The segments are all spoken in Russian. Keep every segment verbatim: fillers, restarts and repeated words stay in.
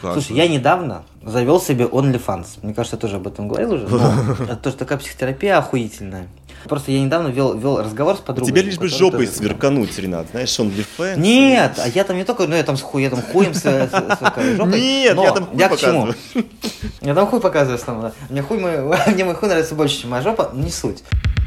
Классно. Слушай, я недавно завел себе OnlyFans. Мне кажется, я тоже об этом говорил уже. Но это тоже такая психотерапия охуительная. Просто я недавно вел, вел разговор с подругой. Тебе лишь бы жопой тоже... сверкануть, Ренат. Знаешь, OnlyFans. Нет, а я там не только, ну я там с хуем, я там хуем с, с, с жопой. Нет, но я там хуй я показываю. К чему? Я там хуй показываю основном. Мне хуй мой, мне мой хуй нравится больше, чем моя жопа, не суть.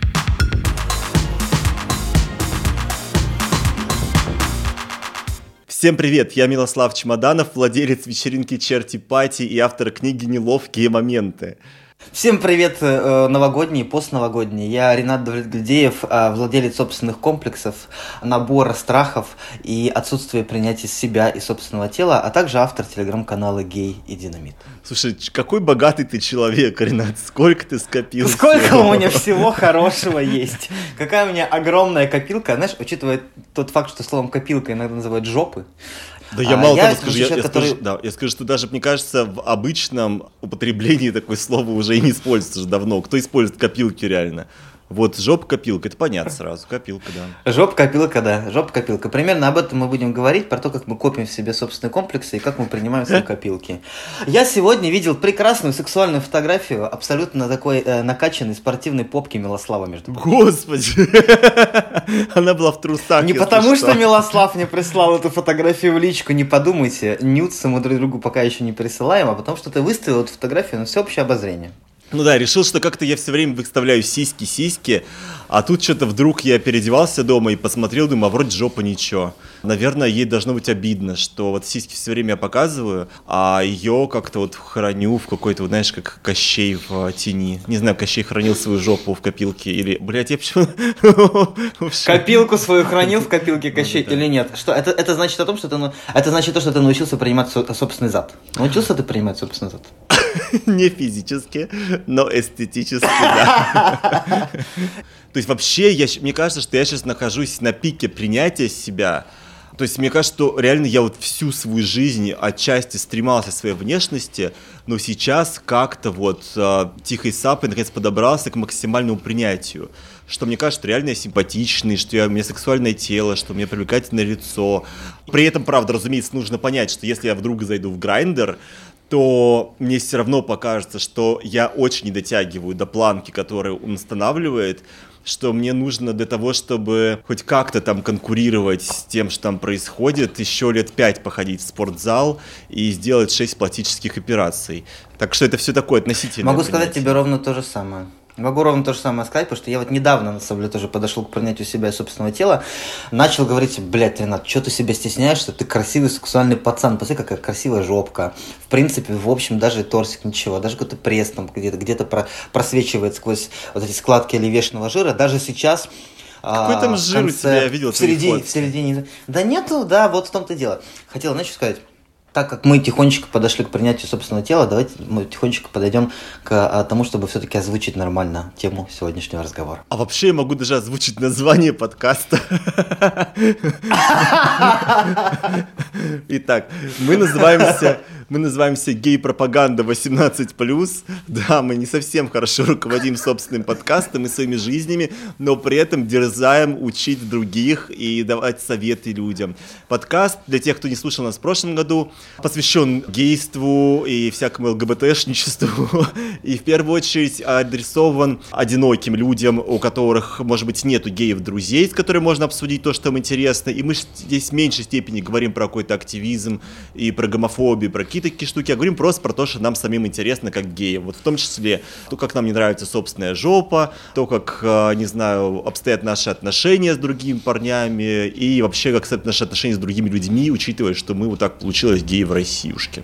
Всем привет, я Милослав Чемоданов, владелец вечеринки Черти Пати и автор книги «Неловкие моменты». Всем привет, новогодние, постновогодние. Я Ренат Давлетгильдеев, владелец собственных комплексов, набора страхов и отсутствие принятия себя и собственного тела, а также автор телеграм-канала «Гей и Динамит». Слушай, какой богатый ты человек, Ренат, сколько ты скопил? Сколько всего? у меня всего хорошего есть. Какая у меня огромная копилка. Знаешь, учитывая тот факт, что словом копилка иногда называют жопы. Да я мало я того скажу, я, человек, я, который... скажу, да, я скажу, что даже, мне кажется, в обычном употреблении такое слово уже и не используется уже давно. Кто использует копилки реально? Вот жоп-копилка, это понятно сразу, копилка, да. Жоп-копилка, да, жоп-копилка. Примерно об этом мы будем говорить, про то, как мы копим в себе собственные комплексы и как мы принимаем свои копилки. Я сегодня видел прекрасную сексуальную фотографию абсолютно такой э, накачанной спортивной попки Милослава, между прочим. Господи! Она была в трусах. Не потому, что Милослав мне прислал эту фотографию в личку, не подумайте, нюдсы мы друг другу пока еще не присылаем, а потому что ты выставил эту фотографию на всеобщее обозрение. Ну да, решил, что как-то я все время выставляю сиськи-сиськи, а тут что-то вдруг я переодевался дома и посмотрел, думаю, а вроде жопа ничего. Наверное, ей должно быть обидно, что вот сиськи все время я показываю, а ее как-то вот храню в какой-то, вот, знаешь, как Кощей в тени. Не знаю, Кощей хранил свою жопу в копилке или, блядь, я почему... Копилку свою хранил в копилке Кощей или нет? Что это, это значит о том, что ты, это значит то, что ты научился принимать собственный зад. Научился ты принимать собственный зад? Не физически, но эстетически, да. То есть вообще, я, мне кажется, что я сейчас нахожусь на пике принятия себя. То есть мне кажется, что реально я вот всю свою жизнь отчасти стремался к своей внешности, но сейчас как-то вот э, тихой сапой наконец подобрался к максимальному принятию. Что мне кажется, что реально я симпатичный, что я, у меня сексуальное тело, что у меня привлекательное лицо. При этом, правда, разумеется, нужно понять, что если я вдруг зайду в Grindr, то мне все равно покажется, что я очень не дотягиваю до планки, которую он устанавливает, что мне нужно для того, чтобы хоть как-то там конкурировать с тем, что там происходит, еще лет пять походить в спортзал и сделать шесть пластических операций. Так что это все такое относительное. Могу принятие. сказать тебе ровно то же самое. Могу ровно то же самое сказать, потому что я вот недавно, на самом деле, тоже подошел к принятию себя и собственного тела, начал говорить, блядь, Ренат, что ты себя стесняешься, ты красивый сексуальный пацан, посмотри, какая красивая жопка, в принципе, в общем, даже торсик ничего, даже какой-то пресс там где-то, где-то про, просвечивает сквозь вот эти складки оливешного жира, даже сейчас... Какой там жир конце, у тебя, я видел, в середине, в середине, да нету, да, вот в том-то и дело. Хотел, знаешь, что сказать? Так как мы тихонечко подошли к принятию собственного тела, давайте мы тихонечко подойдем к а, тому, чтобы все-таки озвучить нормально тему сегодняшнего разговора. А вообще я могу даже озвучить название подкаста. Итак, мы называемся... Мы называемся «Гей-пропаганда восемнадцать плюс». Да, мы не совсем хорошо руководим собственным подкастом и своими жизнями, но при этом дерзаем учить других и давать советы людям. Подкаст, для тех, кто не слушал нас в прошлом году, посвящен гейству и всякому ЛГБТшничеству. И в первую очередь адресован одиноким людям, у которых, может быть, нету геев-друзей, с которыми можно обсудить то, что им интересно. И мы здесь в меньшей степени говорим про какой-то активизм и про гомофобию, про какие-то такие штуки, а говорим просто про то, что нам самим интересно, как геям. Вот в том числе то, как нам не нравится собственная жопа, то, как, не знаю, обстоят наши отношения с другими парнями и вообще, как обстоят наши отношения с другими людьми, учитывая, что мы вот так получилось геи в Россиюшке.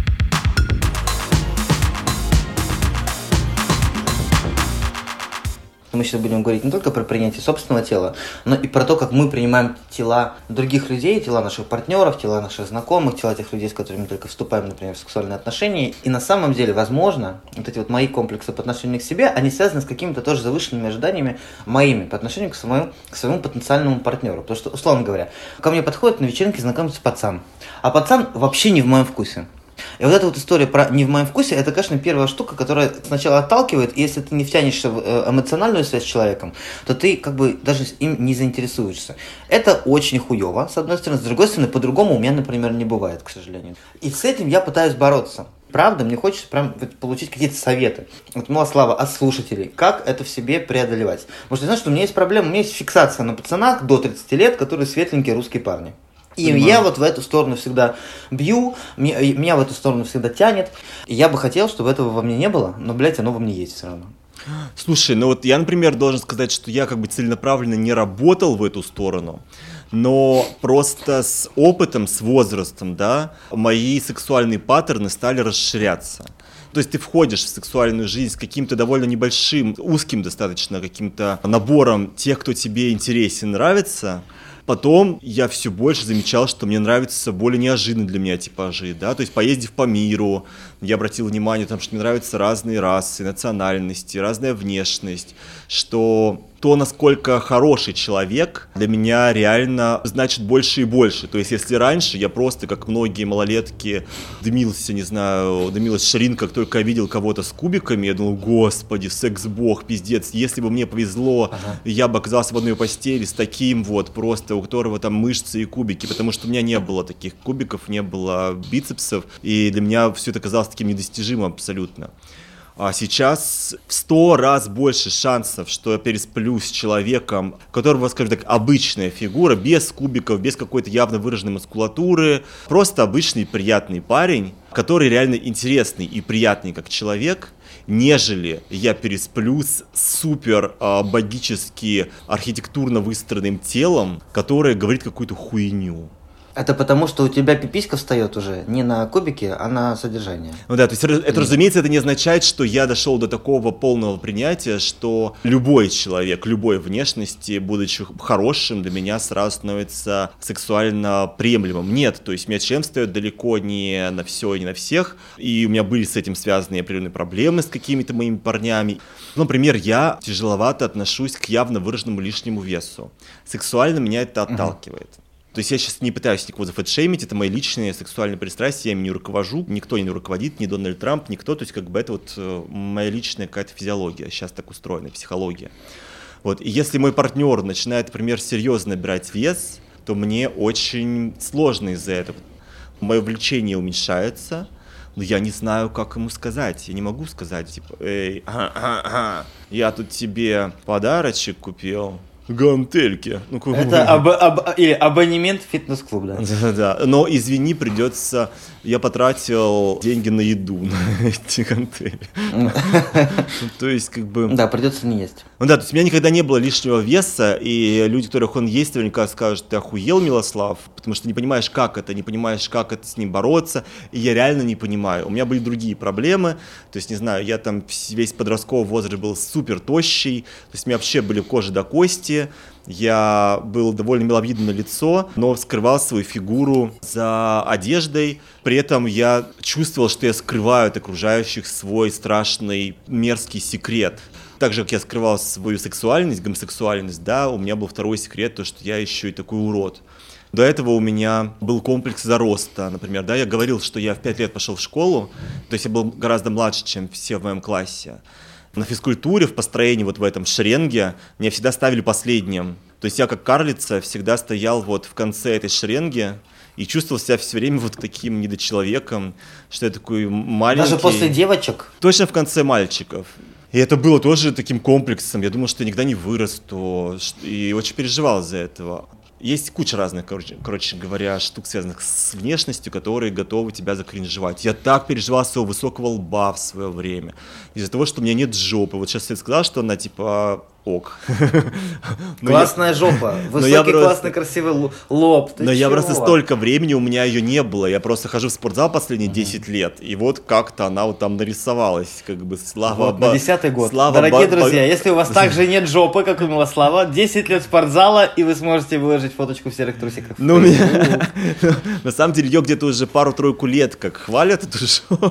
Мы сейчас будем говорить не только про принятие собственного тела, но и про то, как мы принимаем тела других людей, тела наших партнеров, тела наших знакомых, тела тех людей, с которыми мы только вступаем, например, в сексуальные отношения. И на самом деле, возможно, вот эти вот мои комплексы по отношению к себе, они связаны с какими-то тоже завышенными ожиданиями моими по отношению к своему, к своему потенциальному партнеру. Потому что, условно говоря, ко мне подходит на вечеринке знакомиться пацан, а пацан вообще не в моем вкусе. И вот эта вот история про «не в моем вкусе», это, конечно, первая штука, которая сначала отталкивает, и если ты не втянешься в эмоциональную связь с человеком, то ты как бы даже им не заинтересуешься. Это очень хуево, с одной стороны. С другой стороны, по-другому у меня, например, не бывает, к сожалению. И с этим я пытаюсь бороться. Правда, мне хочется прям получить какие-то советы. Вот, Милослава, от слушателей, как это в себе преодолевать. Потому что, знаешь, что у меня есть проблема, у меня есть фиксация на пацанах до тридцати лет, которые светленькие русские парни. И Понимаю. Я вот в эту сторону всегда бью, меня, меня в эту сторону всегда тянет. И я бы хотел, чтобы этого во мне не было, но, блядь, оно во мне есть все равно. Слушай, ну вот я, например, должен сказать, что я как бы целенаправленно не работал в эту сторону, но просто с опытом, с возрастом, да, мои сексуальные паттерны стали расширяться. То есть ты входишь в сексуальную жизнь с каким-то довольно небольшим, узким достаточно каким-то набором тех, кто тебе интересен, нравится. Потом я все больше замечал, что мне нравятся более неожиданные для меня типажи, да, то есть поездив по миру, я обратил внимание, там, что мне нравятся разные расы, национальности, разная внешность, что то, насколько хороший человек, для меня реально значит больше и больше. То есть, если раньше я просто, как многие малолетки, дымился, не знаю, дымилась ширинка, как только я видел кого-то с кубиками, я думал, господи, секс-бог, пиздец, если бы мне повезло, ага. я бы оказался в одной постели с таким вот, просто у которого там мышцы и кубики, потому что у меня не было таких кубиков, не было бицепсов, и для меня все это казалось таким недостижимым абсолютно. А сейчас в сто раз больше шансов, что я пересплю с человеком, у которого, скажем так, обычная фигура, без кубиков, без какой-то явно выраженной мускулатуры. Просто обычный приятный парень, который реально интересный и приятный как человек, нежели я пересплю с супер э, богически архитектурно выстроенным телом, которое говорит какую-то хуйню. Это потому, что у тебя пиписька встает уже не на кубике, а на содержание. Ну да, то есть это, разумеется, это не означает, что я дошел до такого полного принятия, что любой человек, любой внешности, будучи хорошим, для меня сразу становится сексуально приемлемым. Нет, то есть у меня член встает далеко не на все и не на всех, и у меня были с этим связаны определенные проблемы с какими-то моими парнями. Например, я тяжеловато отношусь к явно выраженному лишнему весу. Сексуально меня это отталкивает. Uh-huh. То есть я сейчас не пытаюсь никого зафэтшеймить, это мои личные сексуальные пристрастия, я ими не руковожу, никто не руководит, ни Дональд Трамп, никто, то есть как бы это вот моя личная какая-то физиология, сейчас так устроена, психология. Вот. И если мой партнер начинает, например, серьезно набирать вес, то мне очень сложно из-за этого. Мое влечение уменьшается, но я не знаю, как ему сказать, я не могу сказать, типа, эй, а-а-а, я тут тебе подарочек купил. Гантельки. Ну, это аб- аб- или абонемент в фитнес-клуб, да? Да, но извини, придется... Я потратил деньги на еду, на эти гантели. То есть, как бы... Да, придется не есть. Ну да, то есть у меня никогда не было лишнего веса, и люди, которых он есть, наверняка скажут, ты охуел, Милослав, потому что не понимаешь, как это, не понимаешь, как это с ним бороться, и я реально не понимаю. У меня были другие проблемы, то есть, не знаю, я там весь подростковый возраст был супер тощий, то есть у меня вообще были кожа до кости, я был довольно миловиден на лицо, но скрывал свою фигуру за одеждой. При этом я чувствовал, что я скрываю от окружающих свой страшный мерзкий секрет. Так же, как я скрывал свою сексуальность, гомосексуальность, да, у меня был второй секрет, то, что я еще и такой урод. До этого у меня был комплекс зароста, например, да, я говорил, что я в пять лет пошел в школу, то есть я был гораздо младше, чем все в моем классе. На физкультуре, в построении вот в этом шеренге меня всегда ставили последним. То есть я как карлица всегда стоял вот в конце этой шеренги и чувствовал себя все время вот таким недочеловеком, что я такой маленький. Даже после девочек? Точно в конце мальчиков. И это было тоже таким комплексом. Я думал, что я никогда не вырасту, и очень переживал из-за этого. Есть куча разных, короче, короче говоря, штук, связанных с внешностью, которые готовы тебя закринжевать. Я так переживал своего высокого лба в свое время. Из-за того, что у меня нет жопы. Вот сейчас я сказал, что она типа ок. Классная жопа, высокий, классный, красивый лоб. Но я просто столько времени у меня ее не было. Я просто хожу в спортзал последние десять лет. И вот как-то она вот там нарисовалась. Как бы слава богу. На десятый год. Дорогие друзья, если у вас также нет жопы, как у Милослава, десять лет спортзала, и вы сможете выложить фоточку в серых трусиках. Ну, меня... На самом деле, ее где-то уже пару-тройку лет как хвалят эту жопу.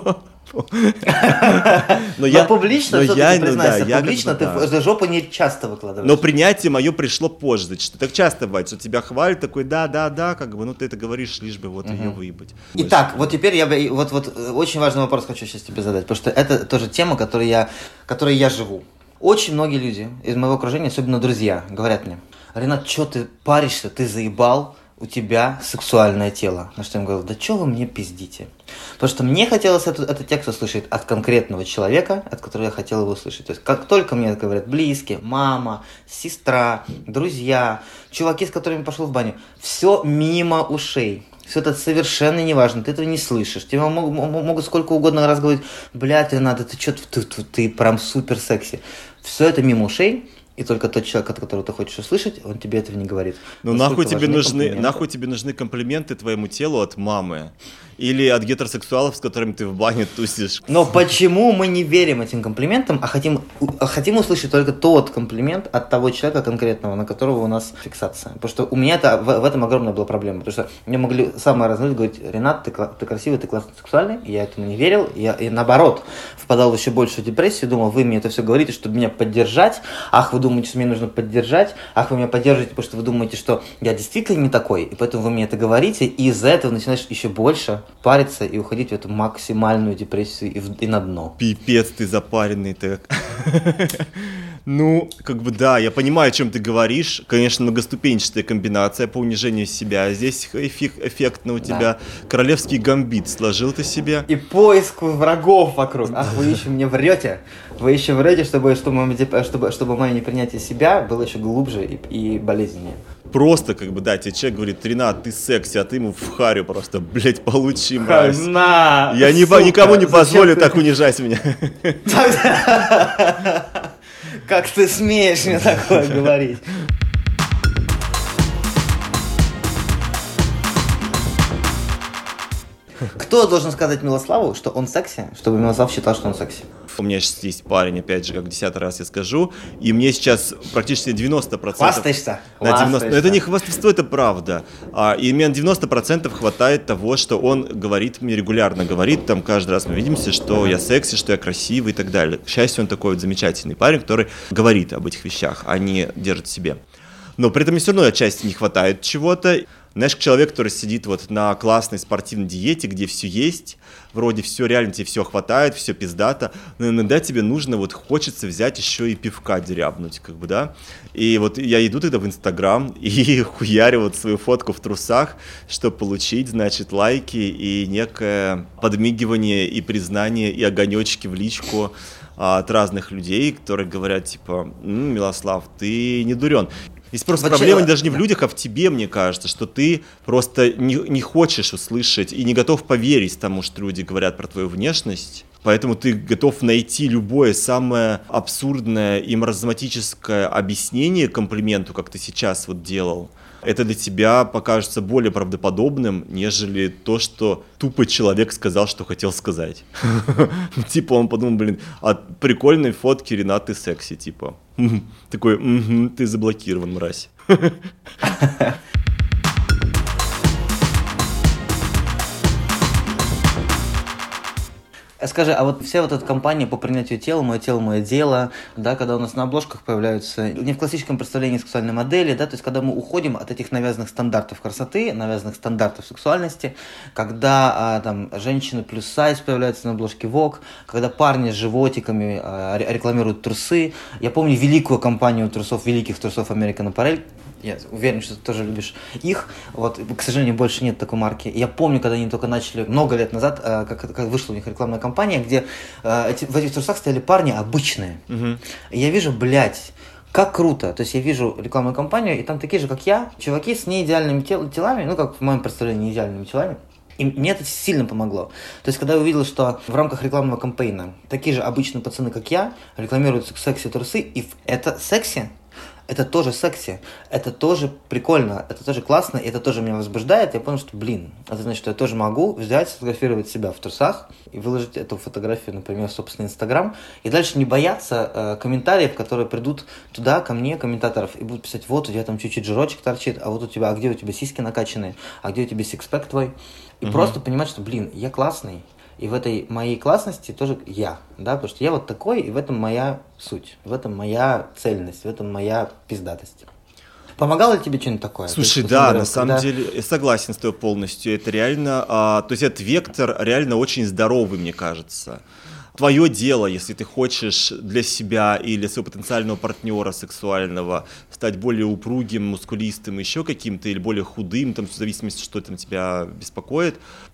Но я публично все-таки признайся, публично ты жопу не часто выкладываешь. Но принятие мое пришло позже, значит, так часто бывает, что тебя хвалят, такой, да-да-да, как бы, ну ты это говоришь, лишь бы вот ее выебать. Итак, вот теперь я вот вот очень важный вопрос хочу сейчас тебе задать, потому что это тоже тема, которой я, которой я живу. Очень многие люди из моего окружения, особенно друзья, говорят мне: Ренат, что ты паришься, ты заебал, у тебя сексуальное тело. На что я им говорю: да что вы мне пиздите? Потому что мне хотелось этот, этот текст услышать от конкретного человека, от которого я хотел его услышать. То есть как только мне это говорят близкие, мама, сестра, друзья, чуваки, с которыми пошел в баню, все мимо ушей. Все это совершенно неважно, ты этого не слышишь. Тебе могут, могут сколько угодно раз говорить: блядь, Ренат, ты что, ты, ты, ты прям супер секси. Все это мимо ушей. И только тот человек, от которого ты хочешь услышать, он тебе этого не говорит. Ну нахуй тебе нужны, нахуй тебе нужны комплименты твоему телу от мамы или от гетеросексуалов, с которыми ты в бане тусишь. Но почему мы не верим этим комплиментам, а хотим, а хотим услышать только тот комплимент от того человека конкретного, на которого у нас фиксация? Потому что у меня это, в, в этом огромная была проблема. Потому что мне могли самые разные люди говорить: Ренат, ты, ты красивый, ты классный, сексуальный. И я этому не верил. И я и наоборот впадал в еще большую депрессию. Думал: вы мне это все говорите, чтобы меня поддержать. Ах, вы думаете, что мне нужно поддержать. Ах, вы меня поддерживаете, потому что вы думаете, что я действительно не такой. И поэтому вы мне это говорите. И из-за этого начинаешь еще больше париться и уходить в эту максимальную депрессию и, в, и на дно. Пипец, ты запаренный так. Ну, как бы да, я понимаю, о чем ты говоришь. Конечно, многоступенчатая комбинация по унижению себя. Здесь эффект, эффектно у тебя да. Королевский гамбит сложил ты себе. И поиск врагов вокруг. Ах, вы еще мне врете. Вы еще врете, чтобы, чтобы, чтобы, чтобы мое непринятие себя было еще глубже и, и болезненнее. Просто, как бы, да, тебе человек говорит: Ренат, ты секси, а ты ему в харю просто, блять, получи, мразь. На, я не, никому не позволю так унижать меня. Как ты смеешь мне такое говорить? Кто должен сказать Милославу, что он секси, чтобы Милослав считал, что он секси? У меня сейчас есть парень, опять же, как десятый раз я скажу, и мне сейчас практически девяносто процентов... Хвастаешься? На девяносто... Но это не хвастовство, это правда. А, и мне на девяносто процентов хватает того, что он говорит мне регулярно, говорит, там, каждый раз мы видимся, что я секси, что я красивый и так далее. К счастью, он такой вот замечательный парень, который говорит об этих вещах, а не держит в себе. Но при этом мне все равно отчасти не хватает чего-то. Знаешь, человек, который сидит вот на классной спортивной диете, где все есть, вроде все реально, тебе все хватает, все пиздато, но иногда тебе нужно, вот хочется взять еще и пивка дерябнуть, как бы, да. И вот я иду тогда в Инстаграм и хуярю вот свою фотку в трусах, чтобы получить, значит, лайки и некое подмигивание и признание и огонечки в личку от разных людей, которые говорят, типа: м-м, Милослав, ты не дурен. Здесь просто Вообще, проблема даже не в людях, а в тебе, мне кажется, что ты просто не, не хочешь услышать и не готов поверить тому, что люди говорят про твою внешность. Поэтому ты готов найти любое самое абсурдное и маразматическое объяснение комплименту, как ты сейчас вот делал. Это для тебя покажется более правдоподобным, нежели то, что тупо человек сказал, что хотел сказать. Типа он подумал: блин, от прикольной фотки Ренат, ты секси, типа. Такой: ты заблокирован, мразь. Скажи, а вот вся вот эта кампания по принятию тела, мое тело, мое дело, да, когда у нас на обложках появляются не в классическом представлении сексуальной модели, да, то есть когда мы уходим от этих навязанных стандартов красоты, навязанных стандартов сексуальности, когда а, там женщины плюс сайз появляются на обложке Vogue, когда парни с животиками а, рекламируют трусы. Я помню великую кампанию трусов, великих трусов American Apparel. Я уверен, что ты тоже любишь их. Вот, к сожалению, больше нет такой марки. Я помню, когда они только начали, много лет назад, как, как вышла у них рекламная кампания, где эти, в этих трусах стояли парни обычные. Угу. И я вижу, блядь, как круто. То есть я вижу рекламную кампанию, и там такие же, как я, чуваки с неидеальными тел- телами, ну, как в моем представлении, неидеальными телами. И мне это сильно помогло. То есть, когда я увидел, что в рамках рекламного кампейна такие же обычные пацаны, как я, рекламируют секси-трусы, и это секси, это тоже секси, это тоже прикольно, это тоже классно, и это тоже меня возбуждает. Я понял, что, блин, это значит, что я тоже могу взять, сфотографировать себя в трусах и выложить эту фотографию, например, в собственный Инстаграм, и дальше не бояться э, комментариев, которые придут туда, ко мне, комментаторов, и будут писать: вот у тебя там чуть-чуть жирочек торчит, а вот у тебя, а где у тебя сиськи накачанные, а где у тебя сикспэк твой. И uh-huh. просто понимать, что, блин, я классный, И в этой моей классности тоже я, да, потому что я вот такой, и в этом моя суть, в этом моя цельность, в этом моя пиздатость. Помогало ли тебе что-нибудь такое? Слушай, есть, да, говоря, на самом когда... деле, я согласен с тобой полностью. Это реально, а, то есть этот вектор реально очень здоровый, мне кажется. Твое дело, если ты хочешь для себя или для своего потенциального партнера сексуального стать более упругим, мускулистым, еще каким-то, или более худым, там, в зависимости, что там тебя беспокоит.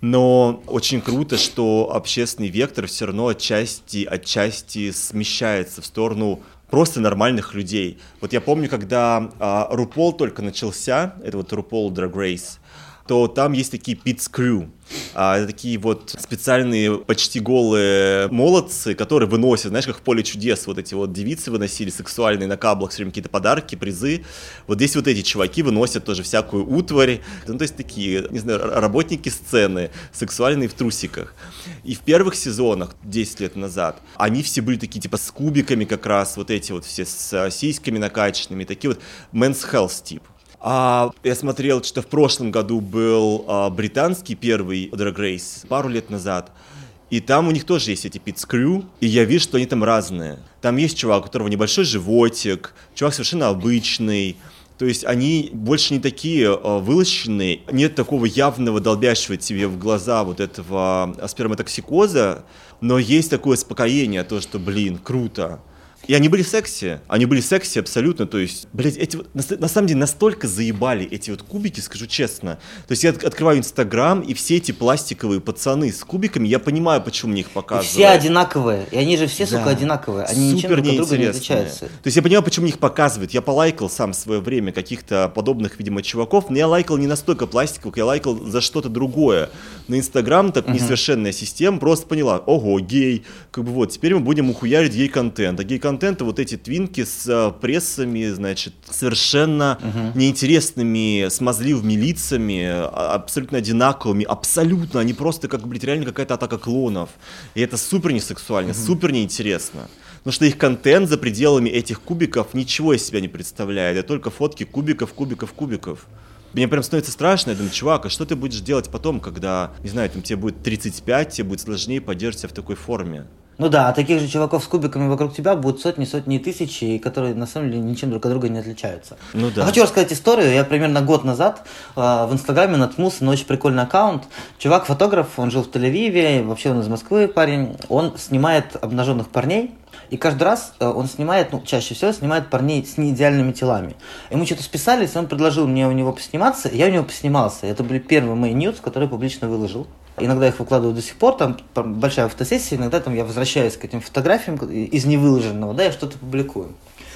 Но очень круто, что общественный вектор все равно отчасти, отчасти смещается в сторону просто нормальных людей. Вот я помню, когда а, RuPaul только начался, это вот RuPaul Drag Race, то там есть такие Pits Crew. А, это такие вот специальные почти голые молодцы, которые выносят, знаешь, как в «Поле чудес» вот эти вот девицы выносили сексуальные на каблах все время какие-то подарки, призы. Вот здесь вот эти чуваки выносят тоже всякую утварь. Ну, то есть такие, не знаю, работники сцены, сексуальные в трусиках. И в первых сезонах, десять лет назад, они все были такие типа с кубиками как раз, вот эти вот все с сиськами накачанными, такие вот men's health тип. А, я смотрел, что в прошлом году был а, британский первый Drag Race, пару лет назад, и там у них тоже есть эти Pits Crew, и я вижу, что они там разные. Там есть чувак, у которого небольшой животик, чувак совершенно обычный, то есть они больше не такие а, вылощенные, нет такого явного долбящего тебе в глаза вот этого сперматоксикоза, но есть такое успокоение, то, что, блин, круто. И они были секси, они были секси абсолютно, то есть, блядь, эти вот, на, на самом деле настолько заебали эти вот кубики, скажу честно. То есть я от, открываю Инстаграм, и все эти пластиковые пацаны с кубиками, я понимаю, почему мне их показывают. И все одинаковые, и они же все, да, сука, одинаковые, они ничем друг от друга не отличаются. То есть я понимаю, почему мне их показывают. Я полайкал сам в свое время каких-то подобных, видимо, чуваков, но я лайкал не настолько пластиковых, я лайкал за что-то другое. На Инстаграм так uh-huh. несовершенная система просто поняла, ого, гей, как бы вот, теперь мы будем ухуярить гей-контент, а гей-контент контента, вот эти твинки с а, прессами, значит, совершенно uh-huh. неинтересными, смазливыми лицами, а, абсолютно одинаковыми, абсолютно, они просто как, блядь, реально какая-то атака клонов. И это супер несексуально, uh-huh. супер неинтересно. Потому что их контент за пределами этих кубиков ничего из себя не представляет, это только фотки кубиков, кубиков, кубиков. Мне прям становится страшно, я думаю, чувак, а что ты будешь делать потом, когда, не знаю, там тебе будет тридцать пять, тебе будет сложнее поддерживать себя в такой форме? Ну да, а таких же чуваков с кубиками вокруг тебя будут сотни, сотни тысяч, которые на самом деле ничем друг от друга не отличаются. Ну да. Я хочу рассказать историю. Я примерно год назад э, в Инстаграме наткнулся на очень прикольный аккаунт. Чувак-фотограф, он жил в Тель-Авиве, вообще он из Москвы парень. Он снимает обнаженных парней. И каждый раз э, он снимает, ну, чаще всего снимает парней с неидеальными телами. И мы что-то списались, он предложил мне у него посниматься, и я у него поснимался. Это были первые мои нюдс, которые я публично выложил. Иногда их выкладываю до сих пор, там большая фотосессия, иногда там я возвращаюсь к этим фотографиям из невыложенного, да, я что-то публикую.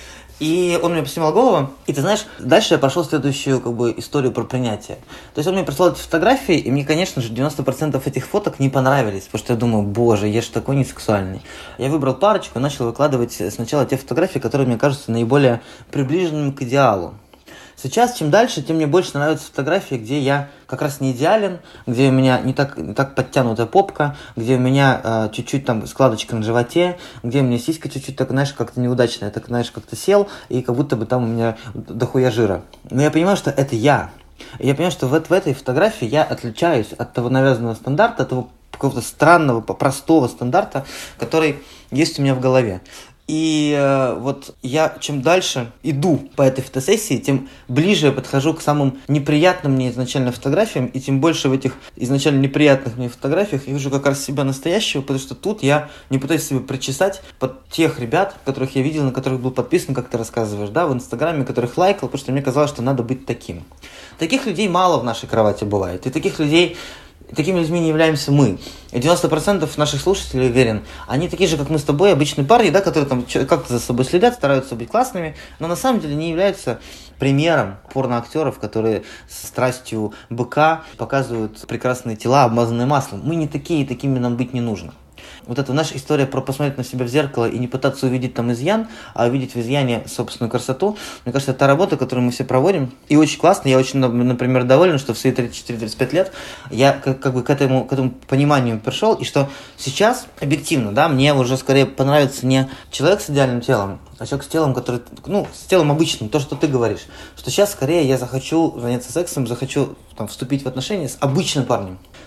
И он мне поснимал голову, и ты знаешь, дальше я прошел следующую как бы историю про принятие. То есть он мне прислал эти фотографии, и мне, конечно же, девяносто процентов этих фоток не понравились, потому что я думаю, боже, я же такой несексуальный. Я выбрал парочку и начал выкладывать сначала те фотографии, которые мне кажутся наиболее приближенными к идеалу. Сейчас, чем дальше, тем мне больше нравятся фотографии, где я как раз не идеален, где у меня не так, не так подтянутая попка, где у меня э, чуть-чуть там складочка на животе, где у меня сиська чуть-чуть так, знаешь, как-то неудачная, так, знаешь, как-то сел, и как будто бы там у меня дохуя жира. Но я понимаю, что это я. И я понимаю, что в, в этой фотографии я отличаюсь от того навязанного стандарта, от того какого-то странного, простого стандарта, который есть у меня в голове. И э, вот я чем дальше иду по этой фотосессии, тем ближе я подхожу к самым неприятным мне изначально фотографиям, и тем больше в этих изначально неприятных мне фотографиях я вижу как раз себя настоящего, потому что тут я не пытаюсь себя причесать под тех ребят, которых я видел, на которых был подписан, как ты рассказываешь, да, в Инстаграме, которых лайкал, потому что мне казалось, что надо быть таким. Таких людей мало в нашей кровати бывает, и таких людей... Такими людьми не являемся мы. И девяносто процентов наших слушателей, уверен, они такие же, как мы с тобой, обычные парни, да, которые там как-то за собой следят, стараются быть классными, но на самом деле не являются примером порноактеров, которые с страстью быка показывают прекрасные тела, обмазанные маслом. Мы не такие, и такими нам быть не нужно. Вот эта наша история про посмотреть на себя в зеркало и не пытаться увидеть там изъян, а увидеть в изъяне собственную красоту, мне кажется, это та работа, которую мы все проводим. И очень классно, я очень, например, доволен, что в свои тридцать четыре - тридцать пять лет я как, как бы к этому, к этому пониманию пришел, и что сейчас, объективно, да, мне уже скорее понравится не человек с идеальным телом, а человек с телом, который, ну, с телом обычным, то, что ты говоришь, что сейчас скорее я захочу заняться сексом, захочу там, вступить в отношения с обычным парнем.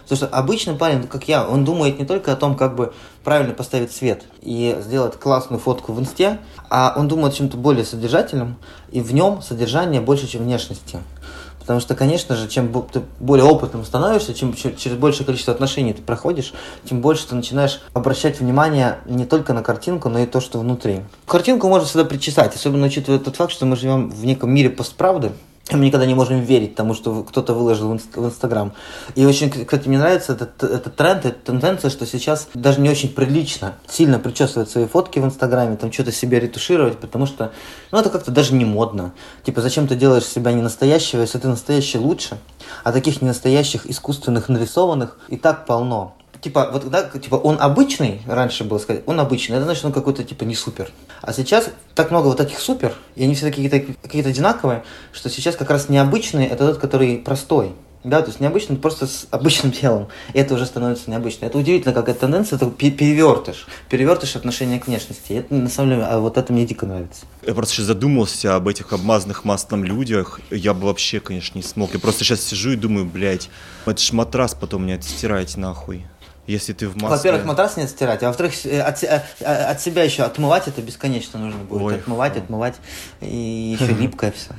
Потому что обычный парень, как я, он думает не только о том, как бы правильно поставить свет и сделать классную фотку в инсте, а он думает о чем-то более содержательном, и в нем содержание больше, чем внешности. Потому что, конечно же, чем ты более опытным становишься, чем через большее количество отношений ты проходишь, тем больше ты начинаешь обращать внимание не только на картинку, но и то, что внутри. Картинку можно всегда причесать, особенно учитывая тот факт, что мы живем в неком мире постправды. Мы никогда не можем верить тому, что кто-то выложил в Инстаграм. И очень, кстати, мне нравится этот, этот тренд, эта тенденция, что сейчас даже не очень прилично сильно причесывать свои фотки в Инстаграме, там что-то себе ретушировать, потому что ну, это как-то даже не модно. Типа, зачем ты делаешь себя не настоящего, если ты настоящий лучше, а таких ненастоящих, искусственных, нарисованных и так полно. Типа, вот да, типа, он обычный, раньше было сказать, он обычный, это значит, он какой-то, типа, не супер. А сейчас так много вот таких супер, и они все какие-то, какие-то одинаковые, что сейчас как раз необычный, это тот, который простой. Да, то есть необычный, просто с обычным телом. И это уже становится необычным. Это удивительно, какая тенденция, это перевертыш. Перевертыш отношения к внешности. И это, на самом деле, а вот это мне дико нравится. Я просто сейчас задумался об этих обмазанных маслом людях. Я бы вообще, конечно, не смог. Я просто сейчас сижу и думаю, блядь, это ж матрас потом не отстирать нахуй. Если ты в масле... Во-первых, матрас не отстирать, а во-вторых, от, от себя еще отмывать это бесконечно нужно будет. Ой, отмывать, фу. отмывать, и еще липкое все.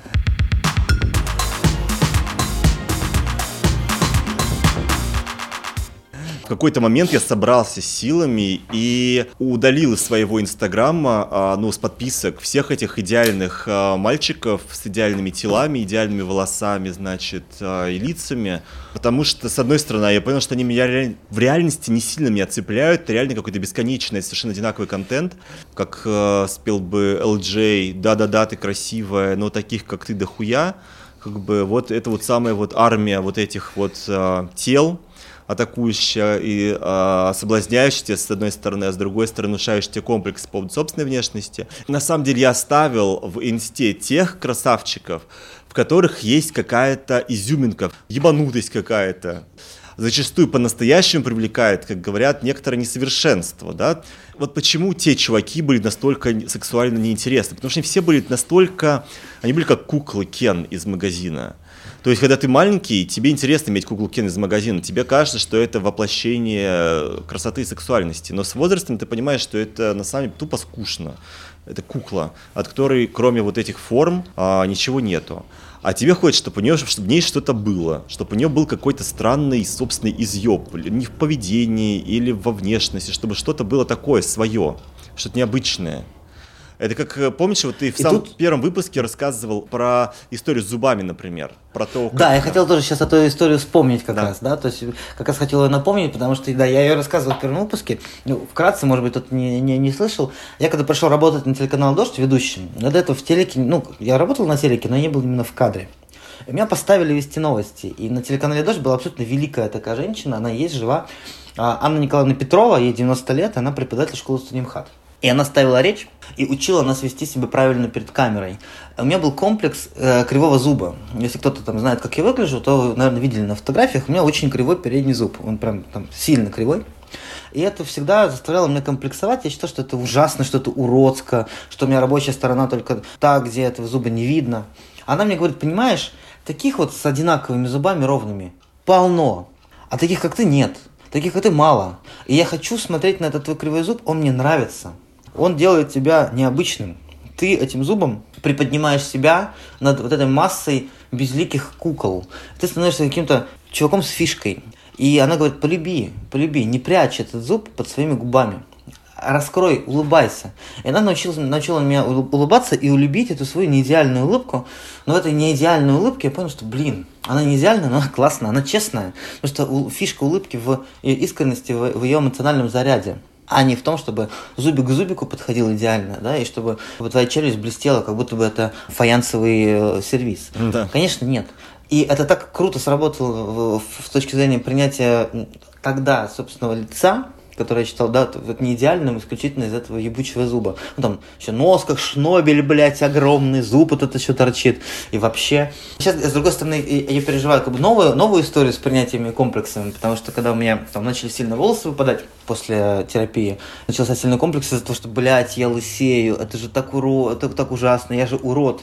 В какой-то момент я собрался с силами и удалил из своего инстаграма, ну, с подписок всех этих идеальных мальчиков с идеальными телами, идеальными волосами, значит, и лицами. Потому что, с одной стороны, я понял, что они меня в реальности не сильно меня цепляют. Это реально какой-то бесконечный, совершенно одинаковый контент. Как э, спел бы эл джей, да-да-да, ты красивая, но таких, как ты, дохуя. Как бы вот это вот самая вот армия вот этих вот э, тел, атакующая и э, соблазняющая тебя с одной стороны, а с другой стороны внушающая тебе комплекс по поводу собственной внешности. На самом деле я оставил в инсте тех красавчиков, в которых есть какая-то изюминка, ебанутость какая-то. Зачастую по-настоящему привлекает, как говорят, некоторое несовершенство, да. Вот почему те чуваки были настолько сексуально неинтересны? Потому что они все были настолько, они были как куклы Кен из магазина. То есть, когда ты маленький, тебе интересно иметь куклу Кен из магазина, тебе кажется, что это воплощение красоты и сексуальности, но с возрастом ты понимаешь, что это на самом деле тупо скучно. Это кукла, от которой, кроме вот этих форм, а, ничего нету. А тебе хочется, чтобы у нее, чтобы в ней что-то было, чтобы у нее был какой-то странный собственный изъеб, не в поведении или во внешности, чтобы что-то было такое свое, что-то необычное. Это как, помнишь, вот ты в самом тут... первом выпуске рассказывал про историю с зубами, например, про то, как... Да, я хотел тоже сейчас эту историю вспомнить как да. раз, да, то есть как раз хотел ее напомнить, потому что, да, я ее рассказывал в первом выпуске, ну, вкратце, может быть, кто-то не, не, не слышал, я когда пришел работать на телеканал «Дождь» ведущим, до этого в телеке, ну, я работал на телеке, но я не был именно в кадре. И меня поставили вести новости, и на телеканале «Дождь» была абсолютно великая такая женщина, она есть, жива, Анна Николаевна Петрова, ей девяносто лет, она преподаватель школы студентхат. И она ставила речь и учила нас вести себя правильно перед камерой. У меня был комплекс э, кривого зуба. Если кто-то там знает, как я выгляжу, то вы, наверное, видели на фотографиях. У меня очень кривой передний зуб. Он прям там сильно кривой. И это всегда заставляло меня комплексовать. Я считал, что это ужасно, что это уродско, что у меня рабочая сторона только та, где этого зуба не видно. Она мне говорит, понимаешь, таких вот с одинаковыми зубами ровными полно, а таких, как ты, нет. Таких, как ты, мало. И я хочу смотреть на этот твой кривой зуб, он мне нравится. Он делает тебя необычным. Ты этим зубом приподнимаешь себя над вот этой массой безликих кукол. Ты становишься каким-то чуваком с фишкой. И она говорит, полюби, полюби, не прячь этот зуб под своими губами. Раскрой, улыбайся. И она научила, научила меня улыбаться и улюбить эту свою неидеальную улыбку. Но в этой неидеальной улыбке я понял, что, блин, она не идеальная, но она классная, она честная. Потому что фишка улыбки в ее искренности, в ее эмоциональном заряде. А не в том, чтобы зубик к зубику подходил идеально, да, и чтобы твоя челюсть блестела, как будто бы это фаянсовый э, сервиз. Да. Конечно, нет. И это так круто сработало в, в, с точки зрения принятия тогда собственного лица, который я считал, да, вот не идеальным, исключительно из этого ебучего зуба. Ну, там еще нос, как шнобель, блядь, огромный, зуб вот это еще торчит. И вообще... Сейчас, с другой стороны, я переживаю как бы новую, новую историю с принятиями и комплексами, потому что когда у меня там начали сильно волосы выпадать после терапии, начался сильный комплекс из-за того, что, блядь, я лысею, это же так, уро... это так ужасно, я же урод.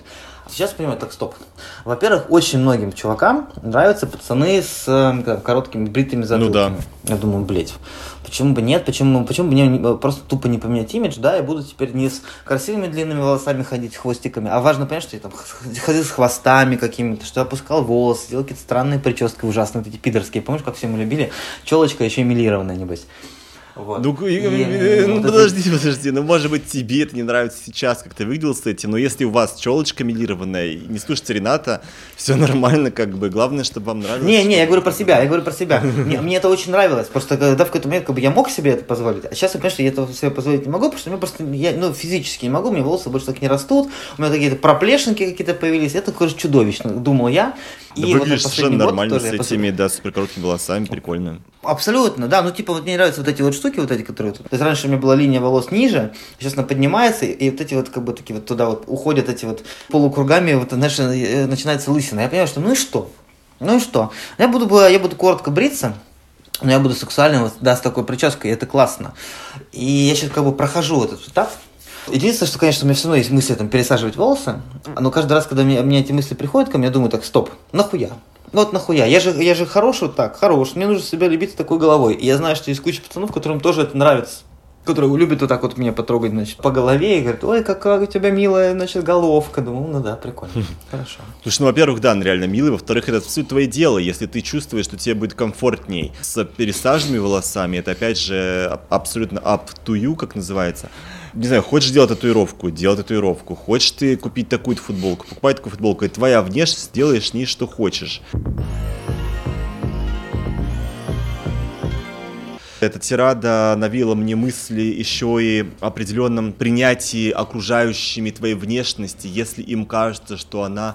Сейчас понимаю, так, стоп. Во-первых, очень многим чувакам нравятся пацаны с там, короткими бритыми затылками. Ну да. Я думаю, блядь, почему бы нет, почему, почему бы мне просто тупо не поменять имидж, да, я буду теперь не с красивыми длинными волосами ходить, хвостиками, а важно понять, что я там ходил с хвостами какими-то, что я опускал волосы, делал какие-то странные прически ужасные, вот эти пидорские, помнишь, как все мы любили? Челочка еще эмилированная, небось. Вот. Ну, и, и, ну вот подожди, это... подожди, ну может быть тебе это не нравится сейчас, как ты выглядел с этим, но если у вас челочка милированная и не слушайте Рената, все нормально, как бы, главное, чтобы вам нравилось. Не, не, я говорю про себя, я говорю про себя. Мне, мне это очень нравилось, просто когда в какой-то момент как бы, я мог себе это позволить, а сейчас я понимаю, что я этого себе позволить не могу, потому что мне просто, я, ну, физически не могу, у меня волосы больше так не растут, у меня какие-то проплешинки какие-то появились, это, конечно, чудовищно, думал я. Да и выглядишь вот совершенно нормально с этими, посмотрел... да, суперкороткими волосами, прикольно. Абсолютно, да, ну типа вот мне нравятся вот эти вот штуки, вот эти, которые... То есть раньше у меня была линия волос ниже, сейчас она поднимается, и вот эти вот как бы такие вот туда вот уходят эти вот полукругами, вот, знаешь, начинается лысина. Я понимаю, что ну и что? Ну и что? Я буду, я буду коротко бриться, но я буду сексуальным, вот, да, с такой прической, и это классно. И я сейчас как бы прохожу этот этап. Единственное, что, конечно, у меня все равно есть мысли там пересаживать волосы, но каждый раз, когда мне, мне эти мысли приходят ко мне, я думаю, так, стоп, нахуя? Вот нахуя, я же, я же хороший вот так, хорош, мне нужно себя любить с такой головой. И я знаю, что есть куча пацанов, которым тоже это нравится, которые любят вот так вот меня потрогать, значит, по голове и говорят, ой, какая у тебя милая, значит, головка. Думаю, ну да, прикольно, хорошо. Слушай, ну, во-первых, да, он реально милый, во-вторых, это абсолютно твое дело, если ты чувствуешь, что тебе будет комфортней с пересаженными волосами, это, опять же, абсолютно up to you, как называется. Не знаю, хочешь делать татуировку, делай татуировку. Хочешь ты купить такую-то футболку, покупай такую футболку. Это твоя внешность, делаешь с ней что хочешь. Эта тирада навела мне мысли еще и о определенном принятии окружающими твоей внешности, если им кажется, что она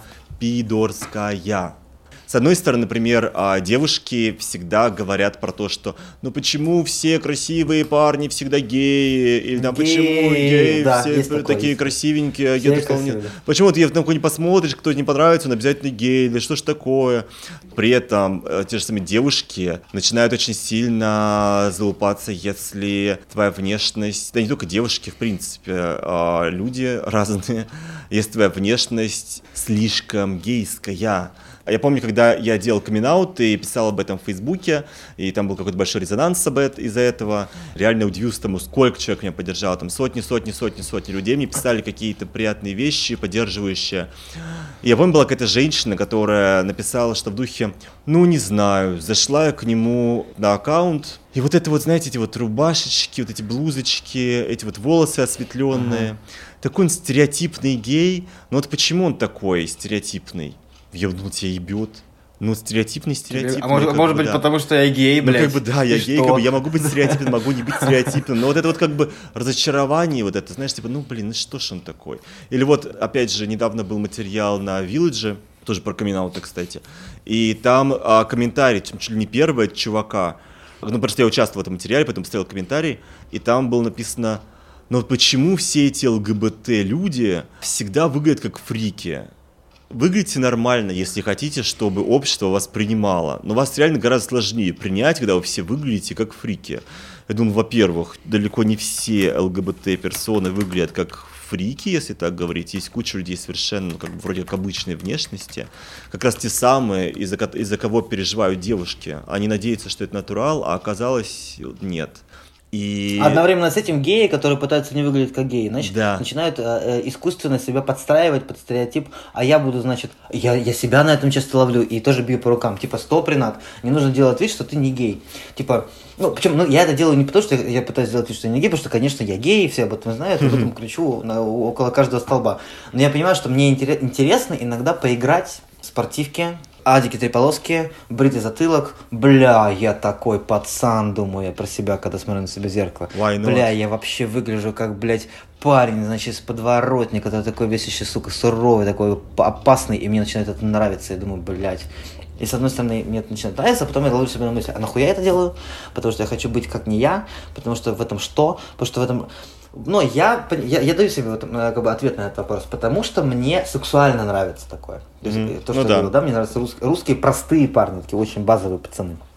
пидорская. С одной стороны, например, девушки всегда говорят про то, что ну почему все красивые парни всегда геи, или да, почему геи да, все такое, такие есть. Красивенькие, а я не... Почему ты на кого не посмотришь, кто не понравится, он обязательно гей, или что ж такое. При этом те же самые девушки начинают очень сильно залупаться, если твоя внешность, да не только девушки, в принципе, люди разные, если твоя внешность слишком гейская. Я помню, когда я делал камин-аут и писал об этом в Фейсбуке, и там был какой-то большой резонанс об этом, из-за этого. Реально удивился тому, сколько человек меня поддержало. Там сотни, сотни, сотни, сотни людей мне писали какие-то приятные вещи, поддерживающие. И я помню, была какая-то женщина, которая написала, что в духе, ну не знаю, зашла я к нему на аккаунт, и вот это вот, знаете, эти вот рубашечки, вот эти блузочки, эти вот волосы осветленные. Uh-huh. Такой он стереотипный гей. Но вот почему он такой стереотипный? Я думал, тебя ебет. Ну, стереотипный стереотип. А может, ну, может бы, быть, да. потому что я гей, блядь. Ну, как бы, да, я гей, как бы, я могу быть стереотипным, могу не быть стереотипным. Но вот это вот как бы разочарование, вот это, знаешь, типа, ну, блин, ну что ж он такой? Или вот, опять же, недавно был материал на Village, тоже про камин-ауты, кстати. И там а, комментарий, чуть ли не первый от чувака. Ну, просто я участвовал в этом материале, потом поставил комментарий, и там было написано, ну, вот почему все эти ЛГБТ-люди всегда выглядят как фрики? Выглядите нормально, если хотите, чтобы общество вас принимало. Но вас реально гораздо сложнее принять, когда вы все выглядите как фрики. Я думаю, во-первых, далеко не все ЛГБТ-персоны выглядят как фрики, если так говорить. Есть куча людей совершенно, ну, как бы, вроде как обычной внешности. Как раз те самые, из-за, из-за кого переживают девушки. Они надеются, что это натурал, а оказалось нет. И... Одновременно с этим геи, которые пытаются не выглядеть как геи, значит, да. начинают э, искусственно себя подстраивать под стереотип, а я буду, значит, я, я себя на этом часто ловлю и тоже бью по рукам. Типа, стоп, Ренат, не нужно делать вид, что ты не гей. Типа, ну, причем, ну, я это делаю не потому, что я, я пытаюсь сделать вид, что я не гей, потому что, конечно, я гей, все об этом знают, я об этом кричу на, около каждого столба. Но я понимаю, что мне интерес, интересно иногда поиграть в спортивке, адики три полоски, бритый затылок. Бля, я такой пацан, думаю я про себя, когда смотрю на себя в зеркало. Бля, я вообще выгляжу как, блядь, парень, значит, из подворотни, который такой весь еще, сука, суровый, такой опасный, и мне начинает это нравиться. Я думаю, блядь. И с одной стороны, мне это начинает нравиться, а потом я ловлю себя на мысли, а нахуя я это делаю? Потому что я хочу быть как не я, потому что в этом что? Потому что в этом... Но я, я, я даю себе вот, как бы, ответ на этот вопрос, потому что мне сексуально нравится такое. То есть, mm-hmm. то, что ну, я да. говорил, да, мне нравятся рус, русские простые парни, такие очень базовые пацаны.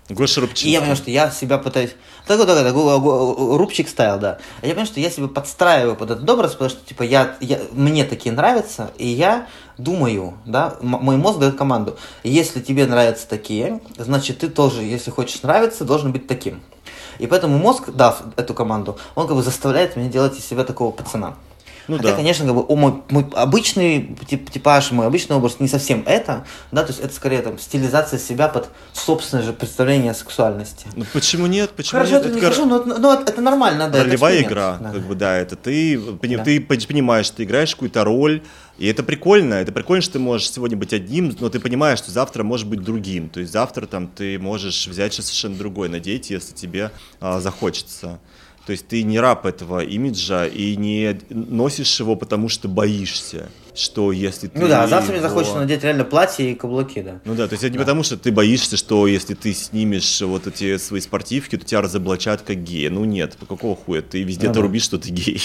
Гоша Рубчинский. И я понимаю, что я себя пытаюсь... Такой, такой, такой, Рубчик стайл, да. Я понимаю, что я себя подстраиваю под этот образ, потому что, типа, я, я, мне такие нравятся, и я думаю, да, м- мой мозг дает команду. Если тебе нравятся такие, значит, ты тоже, если хочешь нравиться, должен быть таким. И поэтому мозг, дав эту команду, он как бы заставляет меня делать из себя такого пацана. Ну, Хотя, да. конечно, как бы, о, мой, мой обычный тип, типаж, мой обычный образ не совсем это, да, то есть это скорее там стилизация себя под собственное же представление о сексуальности. Ну почему нет? Почему Хорошо, нет? это не кор- хорошо, но, но это, это нормально, да. Ролевая это игра, да. как бы, да, это ты, пони- Да. ты понимаешь, ты играешь какую-то роль, и это прикольно, это прикольно, что ты можешь сегодня быть одним, но ты понимаешь, что завтра можешь быть другим, то есть завтра там ты можешь взять что-то совершенно другое, надеть, если тебе а, захочется. То есть ты не раб этого имиджа и не носишь его, потому что боишься, что если ты... Ну да, а завтра мне его- захочется надеть реально платье и каблуки, да. Ну да, то есть это не Да. потому, что ты боишься, что если ты снимешь вот эти свои спортивки, то тебя разоблачат как гея. Ну нет, по какого хуя? Ты везде Ну то да. рубишь, что ты гей.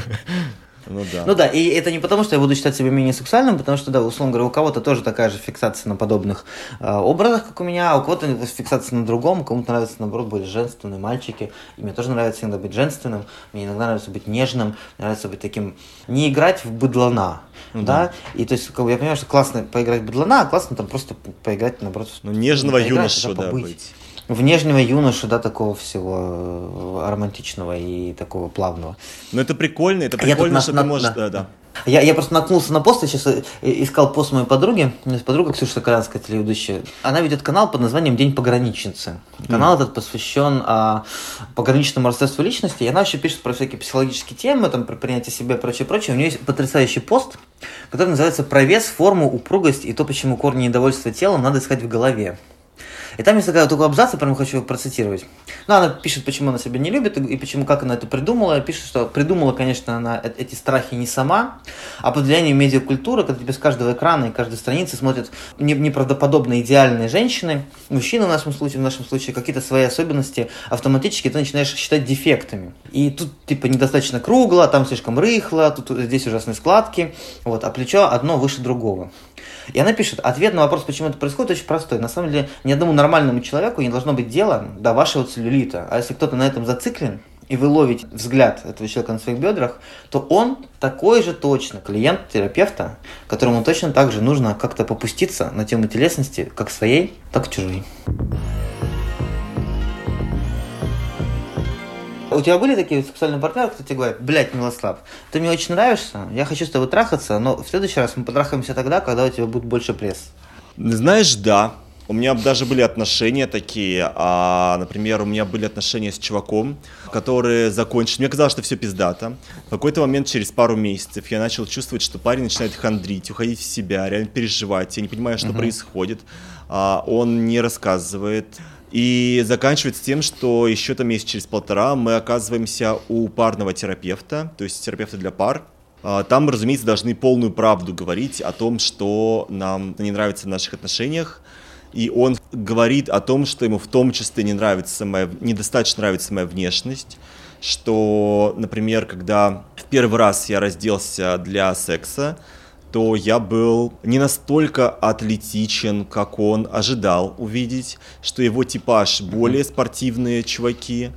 Ну да. Ну да, и это не потому, что я буду считать себя менее сексуальным, потому что, да, условно говоря, у кого-то тоже такая же фиксация на подобных э, образах, как у меня, а у кого-то фиксация на другом, кому-то нравится, наоборот, более женственные мальчики, и мне тоже нравится иногда быть женственным, мне иногда нравится быть нежным, мне нравится быть таким, не играть в быдлана, Ну да? да. И то есть, как бы, я понимаю, что классно поиграть в быдлана, а классно там просто поиграть, наоборот, Ну, нежного не поиграть, юношу, а да, побыть. быть. В нежнего юношу, да, такого всего э, романтичного и такого плавного. Ну это прикольно, это Я тут прикольно, на- что на- ты можешь... на- Да, да. Я, я просто наткнулся на пост, я сейчас э, искал пост моей подруги. У меня есть подруга Ксюша Соколянская, телеведущая. Она ведет канал под названием «День пограничницы». Канал этот посвящен а, пограничному расстройству личности. И она еще пишет про всякие психологические темы, там, про принятие себя и прочее, прочее. У нее есть потрясающий пост, который называется «Про вес, форму, упругость и то, почему корни недовольства телом надо искать в голове». И там есть такая такой абзац, я прям хочу его процитировать. Ну, она пишет, почему она себя не любит и почему, как она это придумала. Пишет, что придумала, конечно, она э- эти страхи не сама, а под влиянием медиакультуры, когда тебе с каждого экрана и каждой страницы смотрят не- неправдоподобно идеальные женщины, мужчины в нашем случае, в нашем случае какие-то свои особенности, автоматически ты начинаешь считать дефектами. И тут, типа, недостаточно кругло, там слишком рыхло, тут здесь ужасные складки, вот, а плечо одно выше другого. И она пишет, ответ на вопрос, почему это происходит, очень простой. На самом деле, ни одному нормальному человеку не должно быть дела до вашего целлюлита. А если кто-то на этом зациклен, и вы ловите взгляд этого человека на своих бедрах, то он такой же точно клиент терапевта, которому точно так же нужно как-то попуститься на тему телесности, как своей, так и чужой. У тебя были такие сексуальные партнеры, кто тебе говорит, блядь, Милослав, ты мне очень нравишься, я хочу с тобой трахаться, но в следующий раз мы потрахаемся тогда, когда у тебя будет больше пресс. Знаешь, да. У меня даже были отношения такие, а, например, у меня были отношения с чуваком, которые закончили. Мне казалось, что все пиздато. В какой-то момент, через пару месяцев, я начал чувствовать, что парень начинает хандрить, уходить в себя, реально переживать. Я не понимаю, что uh-huh. происходит. А, он не рассказывает. И заканчивается тем, что еще там месяц через полтора мы оказываемся у парного терапевта, то есть терапевта для пар. Там, разумеется, должны полную правду говорить о том, что нам не нравится в наших отношениях. И он говорит о том, что ему в том числе не нравится моя, недостаточно нравится моя внешность. Что, например, когда в первый раз я разделся для секса, то я был не настолько атлетичен, как он ожидал увидеть, что его типаж более спортивные чуваки.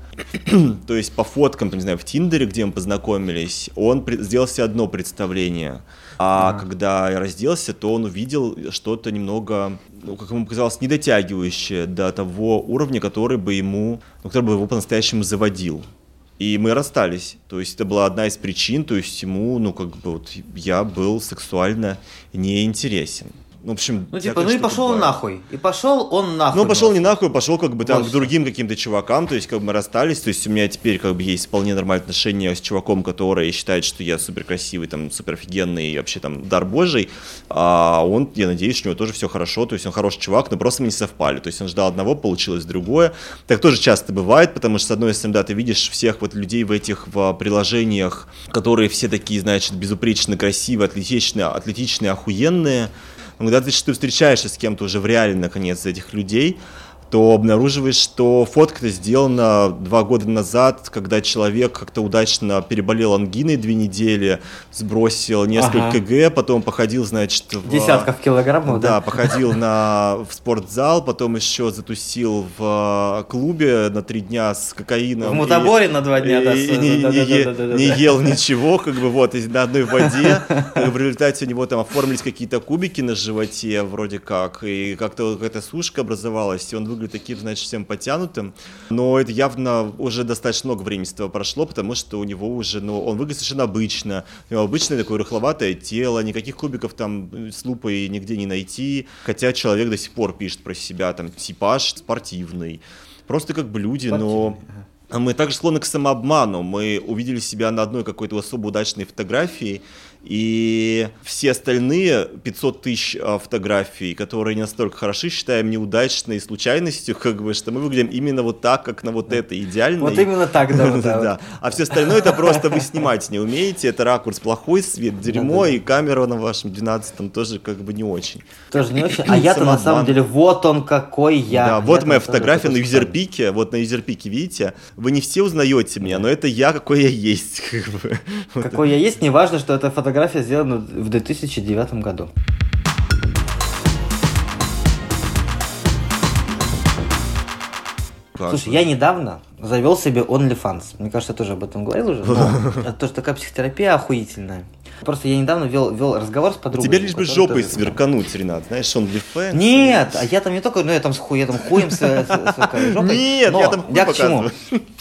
То есть по фоткам, там, не знаю, в Тиндере, где мы познакомились, он сделал себе одно представление. А ага. когда я разделся, то он увидел что-то немного, ну, как ему показалось, не дотягивающее до того уровня, который бы ему, ну, который бы его по-настоящему заводил. И мы расстались, то есть это была одна из причин, то есть ему, ну, как бы, вот, я был сексуально неинтересен. В общем, ну, типа, ну и пошел он нахуй. И пошел он нахуй. Ну, пошел не нахуй, пошел как бы там вот к другим каким-то чувакам, то есть как бы мы расстались, то есть у меня теперь как бы есть вполне нормальные отношения с чуваком, который считает, что я супер красивый, там, супер офигенный и вообще там дар божий, а он, я надеюсь, у него тоже все хорошо, то есть он хороший чувак, но просто мы не совпали, то есть он ждал одного, получилось другое. Так тоже часто бывает, потому что с одной стороны, да, ты видишь всех вот людей в этих в приложениях, которые все такие, значит, безупречно красивые, атлетичные, атлетичные, охуенные. Но когда ты, ты встречаешься с кем-то уже в реале, наконец, этих людей, то обнаруживаешь, что фотка-то сделана два года назад, когда человек как-то удачно переболел ангиной две недели, сбросил несколько ага. кг, потом походил, значит, в... Десятков килограммов, да? Да, походил на... в спортзал, потом еще затусил в клубе на три дня с кокаином. В мутаборе на два дня, да. Не ел ничего, как бы, вот, на одной воде. В результате у него там оформились какие-то кубики на животе, вроде как, и как-то какая-то сушка образовалась, и он выглядит таким, значит, всем подтянутым, но это явно уже достаточно много времени с этого прошло, потому что у него уже, ну, он выглядит совершенно обычно, у него обычное такое рыхловатое тело, никаких кубиков там с лупой нигде не найти, хотя человек до сих пор пишет про себя, там, типаж спортивный, просто как бы люди, но... Мы также склонны к самообману, мы увидели себя на одной какой-то особо удачной фотографии, и все остальные пятьсот тысяч фотографий, которые не настолько хороши, считаем неудачной случайностью, как бы, что мы выглядим именно вот так, как на вот это идеальной. Вот именно так, да. да. А все остальное это просто вы снимать не умеете, это ракурс плохой, свет дерьмо, и камера на вашем двенадцатом тоже как бы не очень. Тоже не очень, а я-то на самом деле, вот он какой я. Да, вот моя фотография на юзерпике, вот на юзерпике, видите, вы не все узнаете меня, но это я, какой я есть. Какой я есть, не важно, что это фотография. Фотография сделана в две тысячи девятом году. Классно. Слушай, я недавно завел себе OnlyFans. Мне кажется, я тоже об этом говорил уже. Это тоже такая психотерапия охуительная. Просто я недавно вел, вел разговор с подругой. Тебе лишь бы жопой тоже... сверкануть, Ренат, знаешь, OnlyFans. Нет, а я там не только, ну я там с хуем, я там хуем сверкаю жопой. Нет, я там хуй я показываю.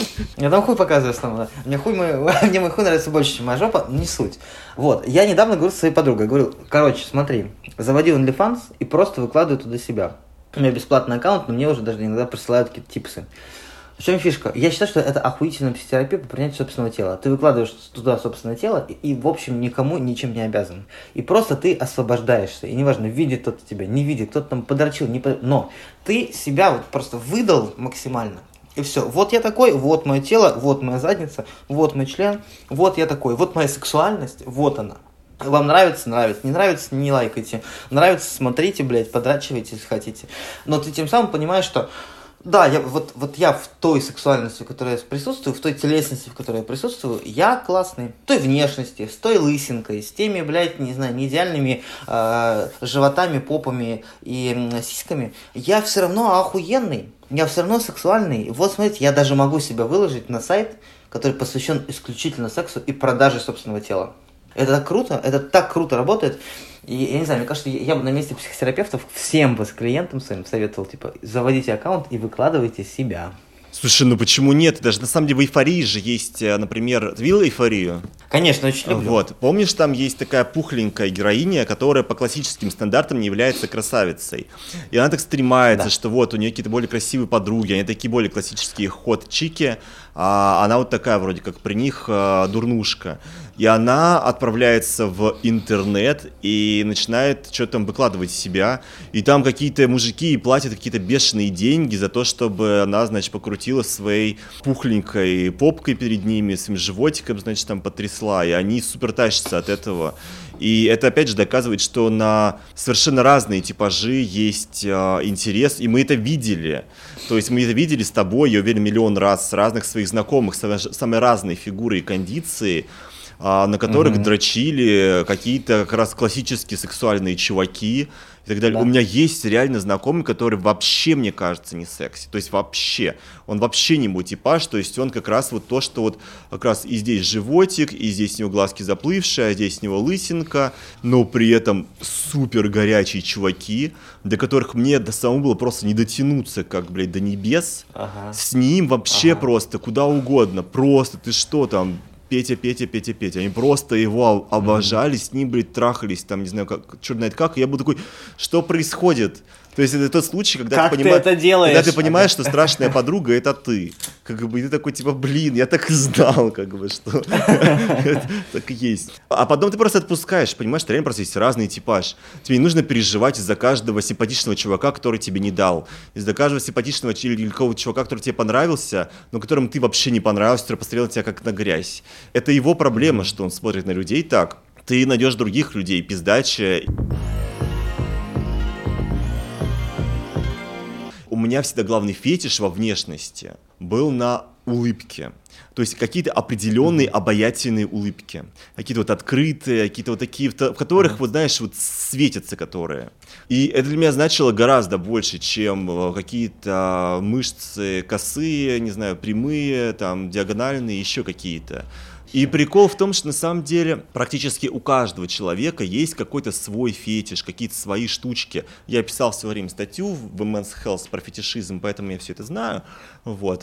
Я там хуй показываю основном. Мне хуй мой, мне мой хуй нравится больше, чем моя жопа, не суть. Вот, я недавно говорил со своей подругой, говорю, короче, смотри, заводи OnlyFans и просто выкладывай туда себя. У меня бесплатный аккаунт, но мне уже даже иногда присылают какие-то типсы. В чем фишка? Я считаю, что это охуительная психотерапия по принятию собственного тела. Ты выкладываешь туда собственное тело и, и, в общем, никому ничем не обязан. И просто ты освобождаешься. И неважно, видит кто-то тебя, не видит, кто-то там подрочил, не под... но ты себя вот просто выдал максимально. И все. Вот я такой, вот мое тело, вот моя задница, вот мой член, вот я такой, вот моя сексуальность, вот она. Вам нравится? Нравится. Не нравится? Не лайкайте. Нравится? Смотрите, блядь, подрачивайте, если хотите. Но ты тем самым понимаешь, что да, я, вот, вот я в той сексуальности, в которой я присутствую, в той телесности, в которой я присутствую, я классный. В той внешности, с той лысинкой, с теми, блядь, не знаю, не идеальными э, животами, попами и э, сиськами. Я все равно охуенный, я все равно сексуальный. Вот смотрите, я даже могу себя выложить на сайт, который посвящен исключительно сексу и продаже собственного тела. Это так круто, это так круто работает. И я не знаю, мне кажется, я бы на месте психотерапевтов всем бы с клиентам своим советовал, типа, заводите аккаунт и выкладывайте себя. Слушай, ну почему нет? Даже на самом деле в эйфории же есть, например, ты видел эйфорию? Конечно, очень люблю. Вот, помнишь, там есть такая пухленькая героиня, которая по классическим стандартам не является красавицей. И она так стремается, да. что вот у нее какие-то более красивые подруги, они такие более классические хот-чики, а она вот такая вроде как при них а, дурнушка. И она отправляется в интернет и начинает что-то там выкладывать себя. И там какие-то мужики платят какие-то бешеные деньги за то, чтобы она, значит, покрутила своей пухленькой попкой перед ними, своим животиком, значит, там потрясла. И они супер тащатся от этого. И это, опять же, доказывает, что на совершенно разные типажи есть э, интерес, и мы это видели. То есть мы это видели с тобой, я уверен, миллион раз, с разных своих знакомых, самые разные фигуры и кондиции, э, на которых mm-hmm. дрочили какие-то как раз классические сексуальные чуваки и так далее. Да. У меня есть реально знакомый, который вообще, мне кажется, не секси. То есть вообще. Он вообще не мой типаж. То есть он как раз вот то, что вот как раз и здесь животик, и здесь у него глазки заплывшие, а здесь у него лысинка, но при этом супер горячие чуваки, до которых мне до самого было просто не дотянуться, как, блядь, до небес. Ага. С ним вообще ага. просто куда угодно. Просто ты что там... Петя, Петя, Петя, Петя. Они просто его обожали, с ним, блядь, трахались, там, не знаю, как, черт знает как. И я был такой, что происходит? То есть это тот случай, когда как ты понимаешь, ты это делаешь? Когда ты понимаешь, что страшная подруга это ты. Как бы и ты такой, типа, блин, я так и знал, как бы, что так и есть. А потом ты просто отпускаешь, понимаешь, что реально просто есть разный типаж. Тебе не нужно переживать из-за каждого симпатичного чувака, который тебе не дал. Из-за каждого симпатичного или какого-то чувака, который тебе понравился, но которому ты вообще не понравился, который посмотрел на тебя как на грязь. Это его проблема, что он смотрит на людей так. Ты найдешь других людей, пиздача. У меня всегда главный фетиш во внешности был на улыбке. То есть какие-то определенные mm-hmm. обаятельные улыбки. Какие-то вот открытые, какие-то вот такие, в которых, mm-hmm. вот знаешь, вот светятся которые. И это для меня значило гораздо больше, чем какие-то мышцы косые, не знаю, прямые, там, диагональные, еще какие-то. И прикол в том, что на самом деле практически у каждого человека есть какой-то свой фетиш, какие-то свои штучки. Я писал в свое время статью в Women's Health про фетишизм, поэтому я все это знаю. Вот.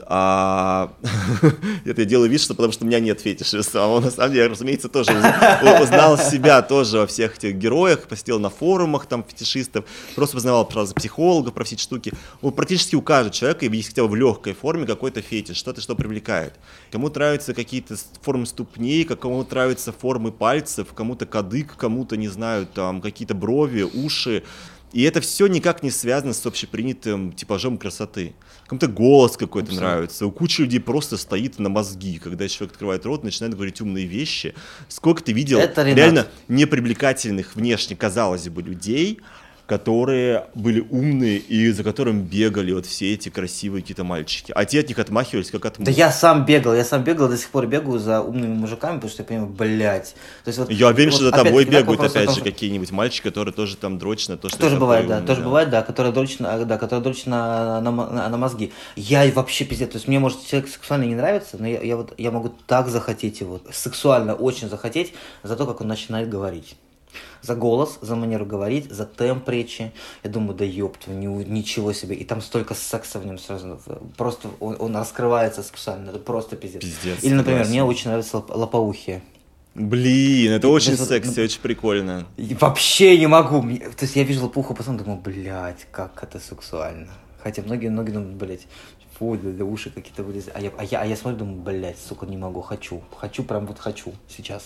А это я делаю вид, что потому что у меня нет фетиша самого. На самом деле, я, разумеется, тоже узнал себя тоже во всех этих героях, посидел на форумах там фетишистов, просто познавал про психологов, про все эти штуки. Вот практически у каждого человека есть хотя бы в легкой форме какой-то фетиш, что-то, что привлекает. Кому-то нравятся какие-то формы ступней, кому-то нравятся формы пальцев, кому-то кадык, кому-то, не знаю, там какие-то брови, уши. И это все никак не связано с общепринятым типажом красоты. Кому-то голос какой-то Абсолютно. Нравится. У кучи людей просто стоит на мозги, когда человек открывает рот, начинает говорить умные вещи. Сколько ты видел это реально Ренат. Непривлекательных внешне, казалось бы, людей, которые были умные и за которым бегали вот все эти красивые какие-то мальчики. А те от них отмахивались, как от мух. Да я сам бегал, я сам бегал, до сих пор бегаю за умными мужиками, потому что я понимаю, блядь. То есть вот, я уверен, вот, что за тобой бегают опять том, же какие-нибудь мальчики, которые тоже там дрочат на то, что тоже бывает, да, тоже да. бывает, да, которые дрочат, да, которые дрочат на, на, на, на мозги. Я вообще пиздец, то есть мне, может, человек сексуально не нравится, но я, я, вот, я могу так захотеть его, сексуально очень захотеть за то, как он начинает говорить. За голос, за манеру говорить, за темп речи. Я думаю, да ёпт, ничего себе. И там столько секса в нем сразу. Просто он, он раскрывается сексуально. Это просто пиздец. Пиздец. Или, например, классно. Мне очень нравится лопоухие. Блин, это и, очень без, секси, ну, очень прикольно. Вообще не могу. То есть я вижу лопоуху, потом думаю, блядь, как это сексуально. Хотя многие-многие думают, блядь, фу, да, да уши какие-то вылезли. А я, а, я, а я смотрю, думаю, блядь, сука, не могу, хочу. Хочу, прям вот хочу сейчас.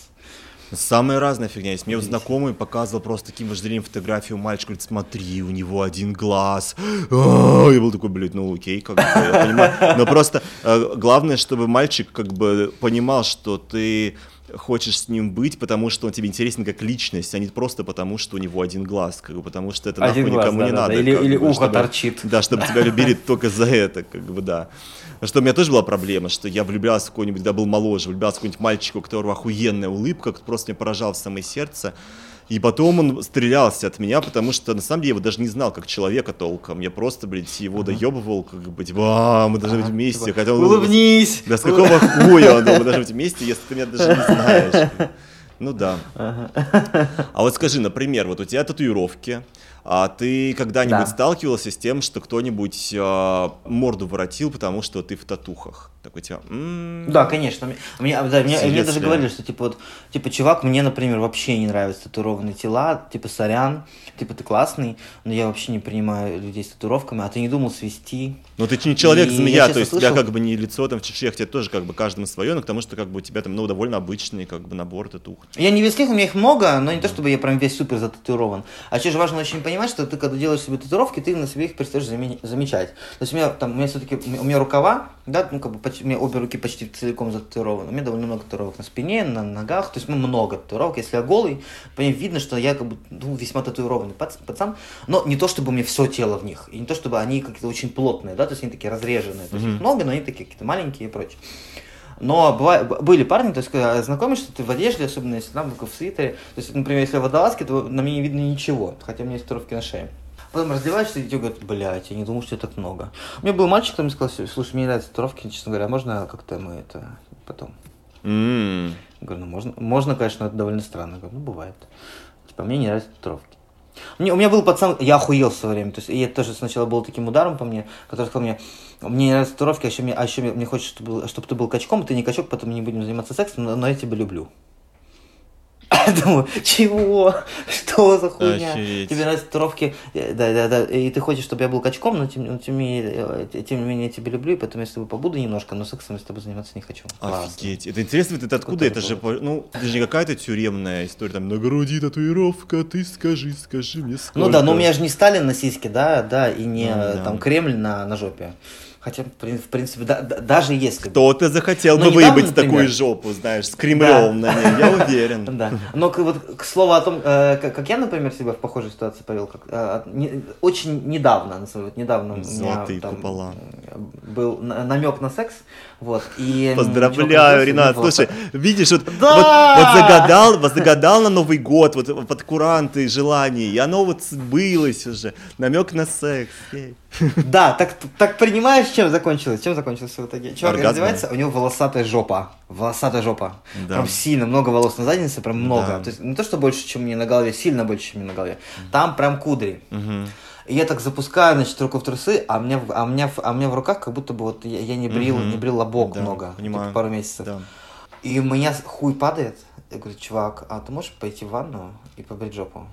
Самая разная фигня есть. Мне вот знакомый показывал просто таким вожделением фотографию мальчика, говорит, смотри, у него один глаз. Я был такой, блядь, ну окей, как бы, я понимаю. Но просто э, главное, чтобы мальчик как бы понимал, что ты хочешь с ним быть, потому что он тебе интересен как личность, а не просто потому, что у него один глаз, как бы, потому что это один нахуй глаз, никому да, не да, надо. Или, или бы, ухо чтобы, торчит. Да, чтобы тебя любили только за это, как бы, да. Что у меня тоже была проблема, что я влюблялся в какого-нибудь, когда был моложе, влюблялся в какого-нибудь мальчика, у которого охуенная улыбка, который просто меня поражал в самое сердце. И потом он стрелялся от меня, потому что на самом деле я его даже не знал как человека толком. Я просто, блядь, его uh-huh. доебывал, как бы, типа, а, мы должны uh-huh. быть вместе. Типа, хотя он, улыбнись! Да с какого хуя он думал, мы должны быть вместе, если ты меня даже не знаешь. Ну да. Uh-huh. А вот скажи, например, вот у тебя татуировки, а ты когда-нибудь да. сталкивался с тем, что кто-нибудь э, морду воротил, потому что ты в татухах? Такой типа, м-м-м. Да, конечно. Мне, да, мне, мне даже говорили, что типа вот, типа, чувак, мне, например, вообще не нравятся татуированные тела, типа, сорян, типа, ты классный, но я вообще не принимаю людей с татуировками, а ты не думал свести? Ну ты не человек-змея, то есть у тебя как бы не лицо там в чешуях, тебе тоже как бы каждому свое, но потому что как бы у тебя там, ну, довольно обычный как бы набор татух. Я не весь у меня их много, но не то, чтобы я прям весь супер зататуирован. А еще же важно очень понимать, что ты, когда делаешь себе татуировки, ты на себе их перестаешь замечать. То есть у меня там, у меня все-таки, у меня рукава, да, ну как бы почти, у меня обе руки почти целиком зататуированы. У меня довольно много татуировок на спине, на ногах, то есть ну, много татуировок. Если я голый, по ним видно, что я как бы ну, весьма татуированный пацан, но не то, чтобы у меня все тело в них, и не то, чтобы они какие-то очень плотные, да, то есть они такие разреженные, то есть mm-hmm. их много, но они такие какие-то маленькие и прочее. Но бывает, были парни, то есть, когда знакомишься, ты в одежде, особенно если там, в свитере, то есть, например, если я в водолазке, то на мне не видно ничего, хотя у меня есть татуировки на шее. Потом раздеваешься, и тебе говорят, блядь, я не думал, что это так много. У меня был мальчик, там сказал, слушай, мне нравятся татуировки, честно говоря, можно как-то мы это потом? Mm. Я говорю, ну можно, можно, конечно, но это довольно странно. Я говорю, ну бывает. Типа, мне не нравятся татуировки. Мне, у меня был пацан, я охуел в свое время, то есть, и это тоже сначала было таким ударом по мне, который сказал мне, мне не нравятся татуировки, а еще мне, а еще мне, мне хочется, чтобы, чтобы ты был качком, ты не качок, потом мы не будем заниматься сексом, но, но я тебя люблю. Думаю, чего? Что за хуйня? Охереть. Тебе нравятся татуировки, да, да, да, и ты хочешь, чтобы я был качком, но тем, тем, тем, тем не менее я тебя люблю, и поэтому я с тобой побуду немножко, но сексом я с тобой заниматься не хочу. Офигеть. Это интересно, это откуда? Это же, ну, это же не какая-то тюремная история, там, на груди татуировка, ты скажи, скажи мне сколько. Ну да, но у меня же не Сталин на сиське, да, да, и не ну, да. там Кремль на, на жопе. Хотя, в принципе, да, да, даже если... Кто-то захотел бы выебать такую жопу, знаешь, с Кремлем да. на ней, я уверен. Да. Но вот к слову о том, как я, например, себя в похожей ситуации повел, как, не, очень недавно, вот недавно Золотые у меня купола. Был намек на секс, вот, и... Поздравляю, Ренат, слушай, видишь, вот, да! вот, вот загадал, вот загадал на Новый год, вот под куранты желаний, и оно вот сбылось уже, намек на секс. Да, так, так принимаешь, чем закончилось? Чем закончилось в итоге? Чувак раздевается, у него волосатая жопа. Волосатая жопа. Да. Прям сильно много волос на заднице, прям много. Да. То есть не то, что больше, чем мне на голове, сильно больше, чем мне на голове. Там прям кудри. Угу. И я так запускаю, значит, руку в трусы, а мне, а мне, а мне в руках как будто бы вот я, я не брил, угу. не брил лобок да, много. Понимаю. Пару месяцев. Да. И у меня хуй падает. Я говорю, чувак, а ты можешь пойти в ванну и побрить жопу?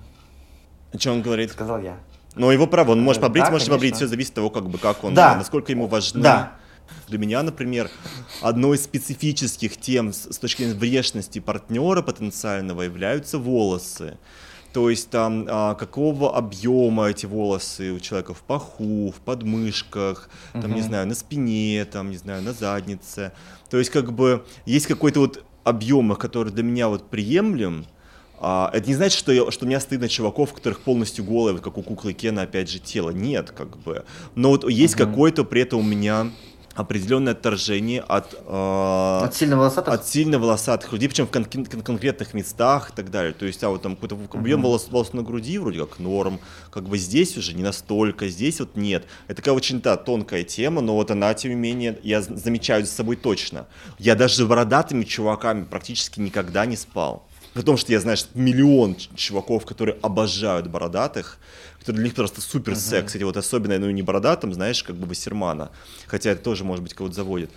А что он говорит? Сказал я. Но его право, он может побрить, да, может конечно. побрить, все зависит от того, как бы, как он, да. насколько ему важны. Да. Для меня, например, одной из специфических тем с, с точки зрения внешности партнера потенциального являются волосы. То есть там а, какого объема эти волосы у человека в паху, в подмышках, там, uh-huh. не знаю, на спине, там, не знаю, на заднице. То есть как бы есть какой-то вот объем, который для меня вот приемлем. А, это не значит, что, я, что мне стыдно чуваков, у которых полностью голое, вот как у куклы Кена, опять же, тело. Нет, как бы. Но вот есть uh-huh. какое-то при этом у меня определенное отторжение от, э, от сильно волосатых, от сильно волосатых людей, причем в кон- кон- конкретных местах и так далее. То есть, а вот там какой-то объем uh-huh. волос, волос на груди вроде как норм, как бы здесь уже не настолько, здесь вот нет. Это такая очень да, тонкая тема, но вот она, тем не менее, я замечаю за собой точно. Я даже с бородатыми чуваками практически никогда не спал. При том, что я знаю, что миллион чуваков, которые обожают бородатых, которые для них просто супер секс. Uh-huh. Кстати, вот особенно, ну не бородатым, знаешь, как бы Вассермана, хотя это тоже, может быть, кого-то заводит.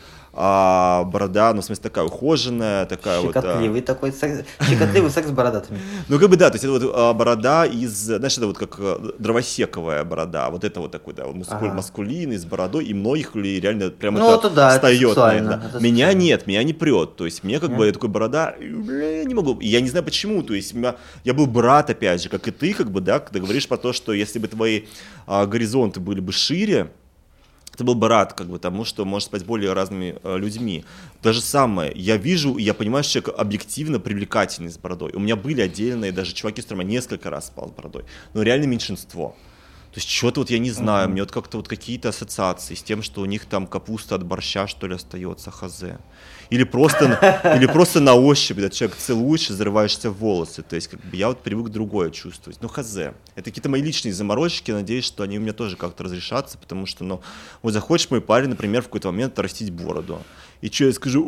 А борода, ну, в смысле, такая ухоженная, такая вот... Щекотливый а... такой секс, щекотливый секс с бородатыми. Ну, как бы, да, то есть это вот а, борода из, знаешь, это вот как дровосековая борода, вот это вот такой, да, мускуль, ага. маскулинный, с бородой, и многих людей реально прямо ну, это да, встает. Это на это. это меня нет, меня не прет, то есть мне как нет. бы, я такой борода, я не могу, я не знаю почему, то есть меня, я был брат, опять же, как и ты, как бы, да, когда говоришь про то, что если бы твои а, горизонты были бы шире, ты был бы рад, как бы, тому, что можешь спать с более разными э, людьми. То же самое. Я вижу, я понимаю, что человек объективно привлекательный с бородой. У меня были отдельные даже чуваки, с которыми я несколько раз спал с бородой. Но реально меньшинство. То есть что-то вот я не знаю, uh-huh. мне вот как-то вот какие-то ассоциации с тем, что у них там капуста от борща, что ли, остается, хазе. Или просто, или просто на ощупь, когда человек целуешь и зарываешься в волосы. То есть как бы я вот привык другое чувствовать. Ну, хазе. Это какие-то мои личные заморочки, надеюсь, что они у меня тоже как-то разрешатся, потому что, ну, вот захочешь мой парень, например, в какой-то момент отрастить бороду. И что я скажу,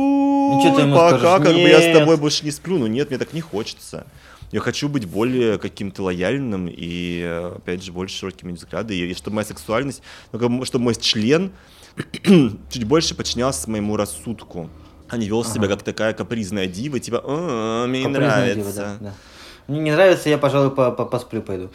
у пока, как бы я с тобой больше не сплю. Ну нет, мне так не хочется. Я хочу быть более каким-то лояльным и, опять же, больше широкими взглядами. И чтобы моя сексуальность, чтобы мой член чуть больше подчинялся моему рассудку, а не вел ага. себя как такая капризная дива, типа, «О, мне капризная нравится». Дива, да, да. Мне не нравится, я, пожалуй, посплю пойду.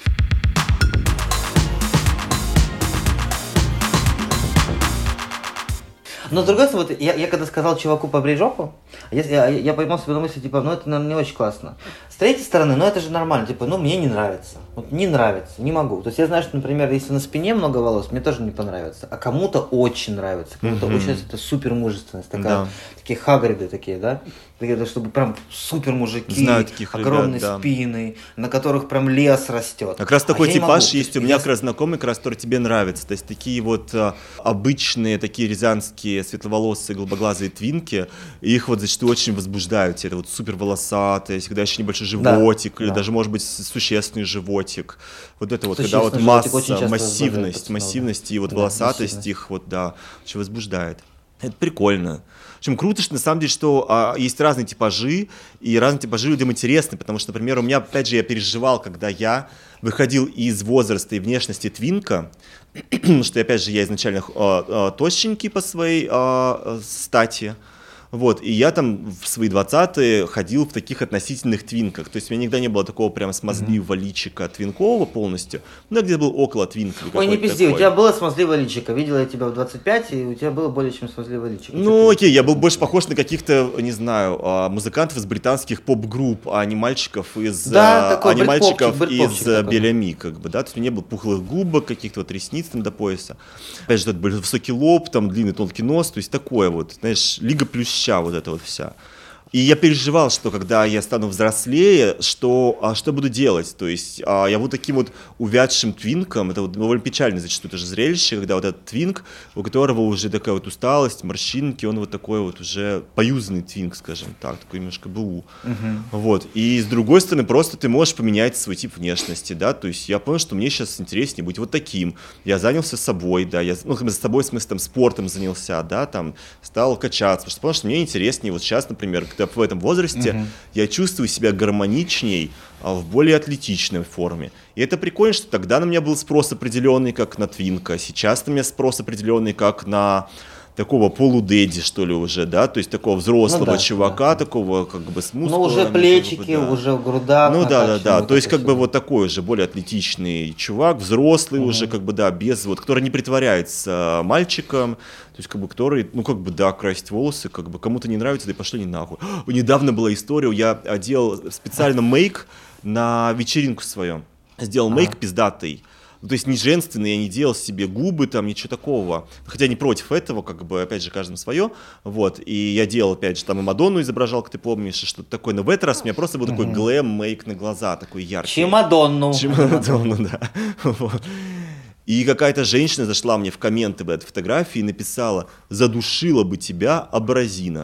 Но с другой стороны, вот я, я когда сказал чуваку побрей жопу, я, я, я поймал себе на мысли, типа, ну это, наверное, не очень классно. С третьей стороны, ну это же нормально, типа, ну мне не нравится. Вот не нравится, не могу. То есть я знаю, что, например, если на спине много волос, мне тоже не понравится. А кому-то очень нравится, кому-то mm-hmm. очень это супер мужественность, такая, да. такие хагриды такие, да? Такие, чтобы прям супер мужики, огромные ребят, да. спины, на которых прям лес растет. Как раз такой а типаж есть у меня, я... как раз знакомый, как раз, который тебе нравится. То есть такие вот а, обычные, такие рязанские светловолосые, голубоглазые твинки, их вот зачастую очень возбуждают. Это вот супер волосатые, всегда еще небольшой животик, да, или да. даже, может быть, существенный животик. Вот это вот, когда вот масса, массивность, массивность и вот да, волосатость массивность. Их вот, да, очень возбуждает. Это прикольно. В общем, круто, что на самом деле, что а, есть разные типажи, и разные типажи людям интересны, потому что, например, у меня, опять же, я переживал, когда я выходил из возраста и внешности твинка, что, опять же, я изначально а, а, тощенький по своей а, стати, Вот, и я там в свои двадцатые ходил в таких относительных твинках. То есть у меня никогда не было такого прям смазливого mm-hmm. личика твинкового полностью. Но я где-то был около твинка. Ой, не пизди, такой. У тебя было смазливое личико. Видела я тебя в двадцать пять, и у тебя было более чем смазливое личико. Ну окей, я был больше похож на каких-то, не знаю, музыкантов из британских поп-групп, а не мальчиков из, да, а, такой а не мальчиков из Белями, как бы, да. То есть у меня не было пухлых губок, каких-то вот ресниц там до пояса. Опять же, этот высокий лоб, там длинный тонкий нос, то есть такое вот, знаешь, Лига Плюща, вот это вот вся. И я переживал, что когда я стану взрослее, что, а, что буду делать. То есть а, я буду таким вот увядшим твинком. Это вот довольно печально зачастую это же зрелище, когда вот этот твинк, у которого уже такая вот усталость, морщинки, он вот такой вот уже поюзанный твинк, скажем так, такой немножко БУ. Uh-huh. Вот. И с другой стороны, просто ты можешь поменять свой тип внешности, да. То есть я понял, что мне сейчас интереснее быть вот таким. Я занялся собой, да. Я, ну, с собой, в смысле, там, спортом занялся, да, там, стал качаться. Потому что понял, что мне интереснее вот сейчас, например, в этом возрасте uh-huh. я чувствую себя гармоничней а, в более атлетичной форме. И это прикольно, что тогда на меня был спрос определенный, как на твинка, сейчас на меня спрос определенный, как на такого полудеди, что ли, уже, да, то есть такого взрослого ну, да, да. чувака, такого как бы с мускулами. Ну, уже плечики, как бы, да. уже грудак. Ну, да, да, да, то есть как все. бы вот такой уже более атлетичный чувак, взрослый угу. уже, как бы, да, без, вот, который не притворяется мальчиком, то есть, как бы, который, ну, как бы, да, красить волосы, как бы, кому-то не нравится, да и пошли не нахуй. Недавно была история, я делал специально мейк на вечеринку свою, сделал мейк а. пиздатый. Ну, то есть не женственный, я не делал себе губы, там, ничего такого. Хотя не против этого, как бы, опять же, каждому свое. Вот, и я делал, опять же, там и Мадонну изображал, как ты помнишь, и что-то такое. Но в этот раз у меня просто был такой глэм-мейк на глаза, такой яркий. Чемадонну. Чемадонну, да. Вот. И какая-то женщина зашла мне в комменты в этой фотографии и написала: «Задушила бы тебя абразина».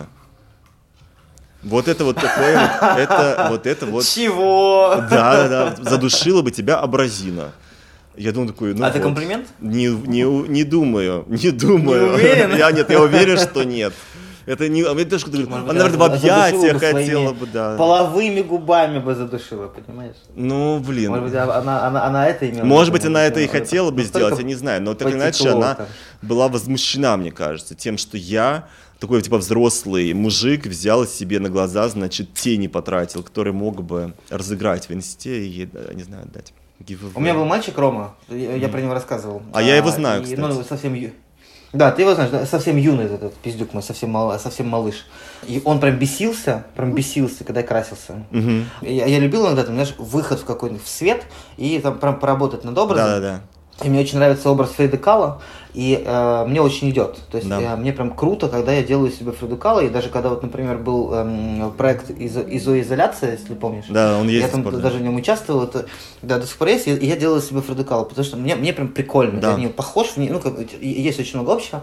Вот это вот такое вот, это вот это вот. Чего? Да, да, да, задушила бы тебя абразина. Я думаю, такой, ну А вот. это комплимент? Не, не, не думаю, не думаю. Не уверен? Я нет, я уверен, что нет. Это не, это тоже, говорю, она, наверное, в объятия хотела бы, да. Половыми губами бы задушила, понимаешь? Ну, блин. Может быть, она, она, она это имела? Может быть, она это и хотела бы сделать, я не знаю. Но так или иначе, она была возмущена, мне кажется, тем, что я, такой типа взрослый мужик, взял себе на глаза, значит, тени потратил, который мог бы разыграть в инсте и ей, не знаю, отдать. У меня был мальчик Рома, я, я про него рассказывал. А, а я его знаю, и, кстати. Ну, совсем ю... Да, ты его знаешь, да, совсем юный этот пиздюк мой, совсем, мал... совсем малыш. И он прям бесился, прям бесился, когда я красился. Угу. Я, я любил иногда, там, знаешь, выход в какой-нибудь в свет и там прям поработать над образом. Да-да-да. И мне очень нравится образ Фриды Кала, и э, мне очень идет. То есть да. э, мне прям круто, когда я делаю себе Фриду Кала, и даже когда вот, например, был э, проект изо, изоизоляция, если помнишь. Да, он есть. Я там спорт, даже да. в нем участвовал, это, да, до сих пор есть, и я делаю себе Фриду Кала, потому что мне, мне прям прикольно, да. я в нее похож, в нее, ну, как, есть очень много общего.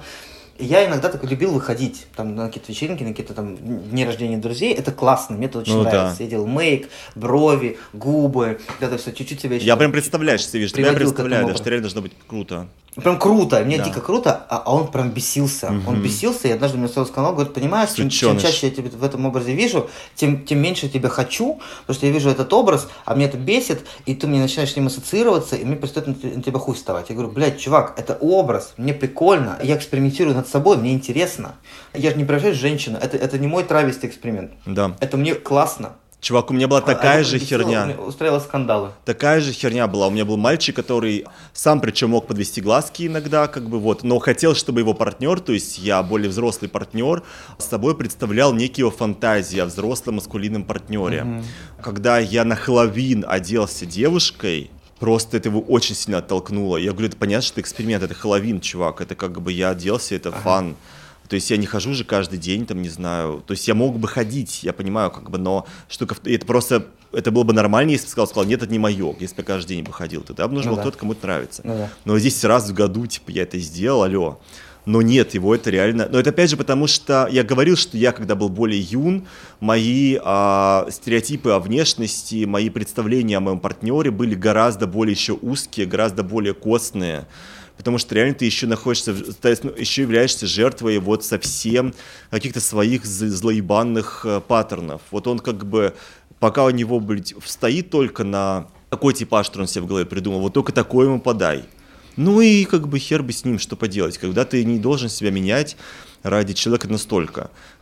Я иногда так любил выходить там, на какие-то вечеринки, на какие-то там дни рождения друзей. Это классно, мне это очень ну, нравится. Да. Я делал мейк, брови, губы, это все чуть-чуть себя еще. Я прям представляю, что ты видишь, я представляю, да, что реально должно быть круто. Прям круто, мне да. дико круто, а, а он прям бесился. Угу. Он бесился, и однажды мне сразу сказал, говорит, понимаешь, чем, чем чаще я тебя в этом образе вижу, тем, тем меньше тебя хочу, потому что я вижу этот образ, а меня это бесит, и ты мне начинаешь с ним ассоциироваться, и мне перестает на, на тебя хуй вставать. Я говорю, блядь, чувак, это образ, мне прикольно, я экспериментирую над собой, мне интересно. Я же не превращаюсь в женщину, это, это не мой травестый эксперимент. Да. Это мне классно. Чувак, у меня была такая а, же херня. Устраивала скандалы. Такая же херня была. У меня был мальчик, который сам причем мог подвести глазки иногда, как бы вот, но хотел, чтобы его партнер, то есть я более взрослый партнер, с собой представлял некие фантазии о взрослом маскулинном партнере. Угу. Когда я на Хэллоуин оделся девушкой, просто это его очень сильно оттолкнуло. Я говорю, это понятно, что это эксперимент, это Хэллоуин, чувак, это как бы я оделся, это ага. фан. То есть я не хожу же каждый день, там, не знаю, то есть я мог бы ходить, я понимаю, как бы, но штука, это просто, это было бы нормально, если бы сказал, сказал, нет, это не мое, если бы я каждый день бы ходил, тогда бы нужно ну, было да. кто-то, кому-то нравится. Ну, да. Но здесь раз в году, типа, я это сделал, алло. Но нет, его это реально... Но это опять же потому, что я говорил, что я, когда был более юн, мои а, стереотипы о внешности, мои представления о моем партнере были гораздо более еще узкие, гораздо более костные. Потому что реально ты еще находишься, еще являешься жертвой вот совсем каких-то своих злоебанных паттернов. Вот он как бы, пока у него, блядь, стоит только на такой типаж, что он себе в голове придумал, вот только такой ему подай. Ну и как бы хер бы с ним, что поделать, когда ты не должен себя менять ради человека настолько.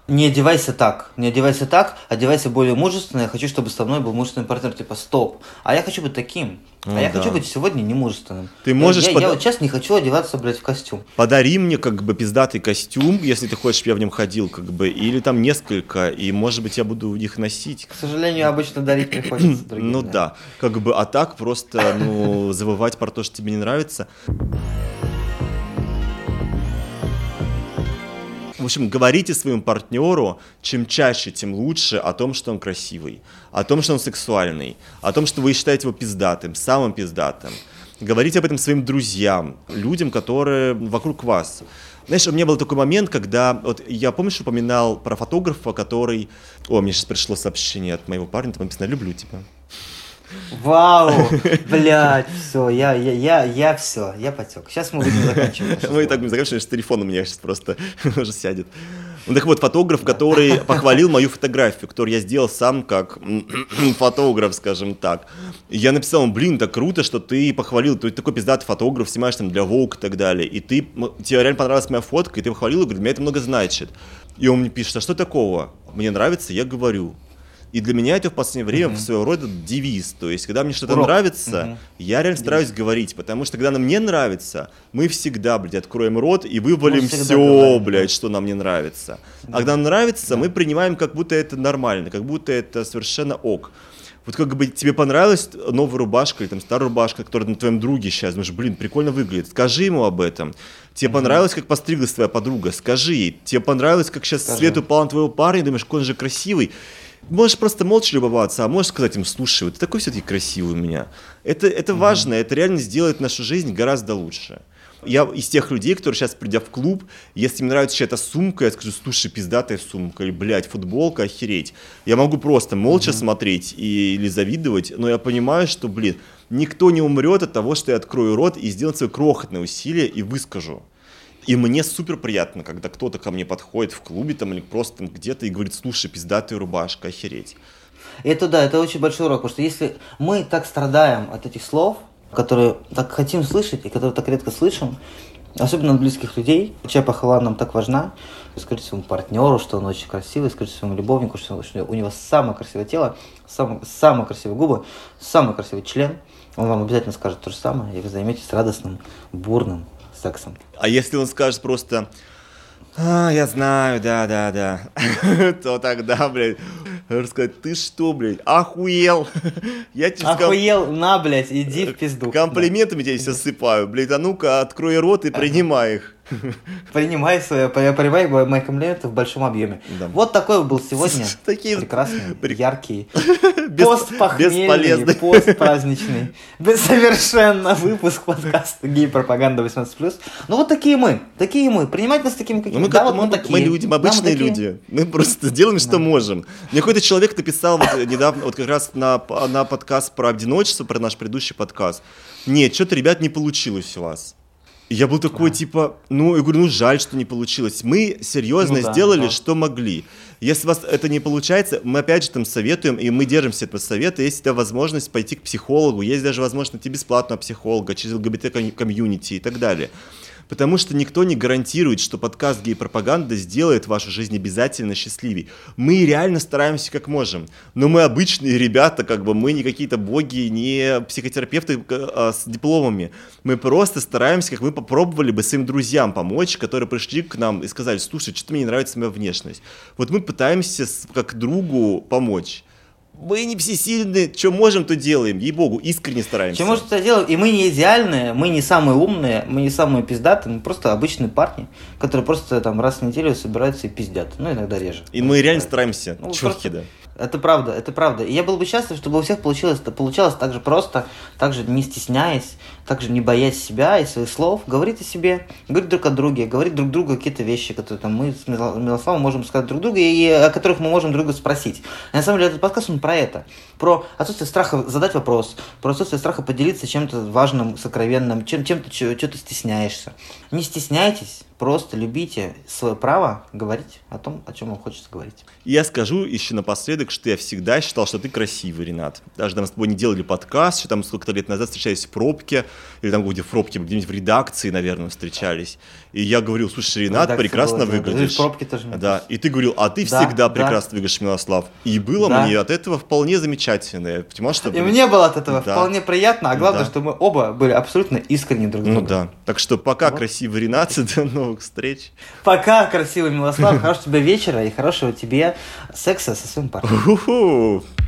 Не одевайся так, не одевайся так, одевайся более мужественно. Я хочу, чтобы со мной был мужественный партнер, типа, стоп. А я хочу быть таким. Ну, а я да. хочу быть сегодня немужественным. Ты можешь... Я, под... я вот сейчас не хочу одеваться, блядь, в костюм. Подари мне, как бы, пиздатый костюм, если ты хочешь, чтобы я в нем ходил, как бы, или там несколько, и, может быть, я буду их носить. К сожалению, обычно дарить приходится другим. Ну да, как бы, а так просто, ну, забывать про то, что тебе не нравится. В общем, говорите своему партнеру, чем чаще, тем лучше, о том, что он красивый, о том, что он сексуальный, о том, что вы считаете его пиздатым, самым пиздатым. Говорите об этом своим друзьям, людям, которые вокруг вас. Знаешь, у меня был такой момент, когда, вот я, помнишь, упоминал про фотографа, который... О, мне сейчас пришло сообщение от моего парня, там написано «люблю тебя». Вау, блядь, все, я, я, я, я все, я потек. Сейчас мы будем заканчивать. Мы и так будем заканчивать, что телефон у меня сейчас просто уже сядет. Ну так вот, фотограф, который похвалил мою фотографию, которую я сделал сам как фотограф, скажем так. Я написал ему, блин, так круто, что ты похвалил, ты такой пиздатый фотограф, снимаешь там для Vogue и так далее. И ты, тебе реально понравилась моя фотка, и ты похвалил, и говорит, для меня это много значит. И он мне пишет, а что такого? Мне нравится, я говорю. И для меня это в последнее время uh-huh. своего рода девиз. То есть, когда мне что-то Урок. нравится, uh-huh. я реально стараюсь девиз. говорить. Потому что, когда нам не нравится, мы всегда, блядь, откроем рот и вывалим все, говорим, блядь, что нам не нравится. Да. А когда нам нравится, да. мы принимаем, как будто это нормально, как будто это совершенно ок. Вот как бы тебе понравилась новая рубашка или там старая рубашка, которая на твоем друге сейчас, думаешь, блин, прикольно выглядит, скажи ему об этом. Тебе mm-hmm. понравилось, как постриглась твоя подруга, скажи ей. Тебе понравилось, как сейчас скажи. Свет упал на твоего парня, думаешь, какой он же красивый. Можешь просто молча любоваться, а можешь сказать им, слушай, вот ты такой все-таки красивый у меня. Это, это mm-hmm. важно, это реально сделает нашу жизнь гораздо лучше. Я из тех людей, которые сейчас, придя в клуб, если мне нравится чья-то сумка, я скажу, слушай, пиздатая сумка, или, блядь, футболка, охереть. Я могу просто молча mm-hmm. смотреть и, или завидовать, но я понимаю, что, блин, никто не умрет от того, что я открою рот и сделаю свое крохотное усилие и выскажу. И мне супер приятно, когда кто-то ко мне подходит в клубе там, или просто там, где-то и говорит, слушай, пиздатая рубашка, охереть. Это да, это очень большой урок, потому что если мы так страдаем от этих слов, которые так хотим слышать и которые так редко слышим, особенно от близких людей, чья похвала нам так важна, скажите своему партнеру, что он очень красивый, скажите своему любовнику, что у него самое красивое тело, самые, самые красивые губы, самый красивый член, он вам обязательно скажет то же самое, и вы займетесь радостным, бурным сексом. А если он скажет просто, а, я знаю, да-да-да, то тогда, блядь, сказать, ты что, блядь, охуел? Я тебе охуел, скажу, на, блядь, иди в пизду. Комплиментами тебя сейчас осыпаю, блядь, а ну-ка, открой рот и принимай их. Принимай свои, принимай мои комплименты в большом объеме. Да. Вот такой был сегодня Такие... прекрасный, яркий, постпохмельный, постпраздничный, совершенно выпуск подкаста «Гей-пропаганда восемнадцать плюс». Ну вот такие мы, такие мы. Принимайте нас такими, какими. Мы, да, вот мы, мы такие. Мы люди, мы обычные да, мы люди. Мы просто делаем, что да. можем. Мне какой-то человек написал вот недавно, вот как раз на, на подкаст про одиночество, про наш предыдущий подкаст. Нет, что-то, ребят, не получилось у вас. Я был такой, а. типа, ну, я говорю, ну, жаль, что не получилось. Мы серьезно ну, да, сделали, да. что могли. Если у вас это не получается, мы опять же там советуем, и мы держимся этого совета. Есть у тебя возможность пойти к психологу, есть даже возможность найти бесплатного психолога через ЛГБТ-комьюнити и так далее. Потому что никто не гарантирует, что подкаст «Гей-пропаганда» сделает вашу жизнь обязательно счастливей. Мы реально стараемся как можем. Но мы обычные ребята, как бы мы не какие-то боги, не психотерапевты а, с дипломами. Мы просто стараемся, как мы попробовали бы своим друзьям помочь, которые пришли к нам и сказали, слушай, что-то мне не нравится моя внешность. Вот мы пытаемся как другу помочь. Мы не всесильны, что можем, то делаем, ей-богу, искренне стараемся. Что можем, то делаем, и мы не идеальные, мы не самые умные, мы не самые пиздатые, мы просто обычные парни, которые просто там раз в неделю собираются и пиздят, ну иногда реже. И мы реально стараемся, ну, чёртки, да. Это правда, это правда. И я был бы счастлив, чтобы у всех получилось, получалось так же просто, так же не стесняясь, так же не боясь себя и своих слов, говорить о себе, говорить друг о друге, говорить друг другу какие-то вещи, которые там, мы с Милославом можем сказать друг другу, и о которых мы можем друг друга спросить. И на самом деле этот подкаст, он про это. Про отсутствие страха задать вопрос, про отсутствие страха поделиться чем-то важным, сокровенным, чем, чем-то, что-то стесняешься. Не стесняйтесь, Просто любите свое право говорить о том, о чем вам хочется говорить. И я скажу еще напоследок, что я всегда считал, что ты красивый, Ренат. Даже там с тобой не делали подкаст, что там сколько-то лет назад встречались в пробке, или там где в пробке, где-нибудь в редакции, наверное, встречались. И я говорил, слушай, Ренат, прекрасно было, выглядишь. В пробке тоже. Да, и ты говорил, а ты всегда да, прекрасно да. выглядишь, Милослав. И было да. мне от этого вполне замечательно. Я понимал, что... И мне было от этого да. вполне приятно, а главное, да. что мы оба были абсолютно искренни друг с другом. Ну да. Так что пока, вот. Красивый Ренат, до новых встреч. Пока, красивый Милослав, хорошего тебе вечера и хорошего тебе секса со своим парнем.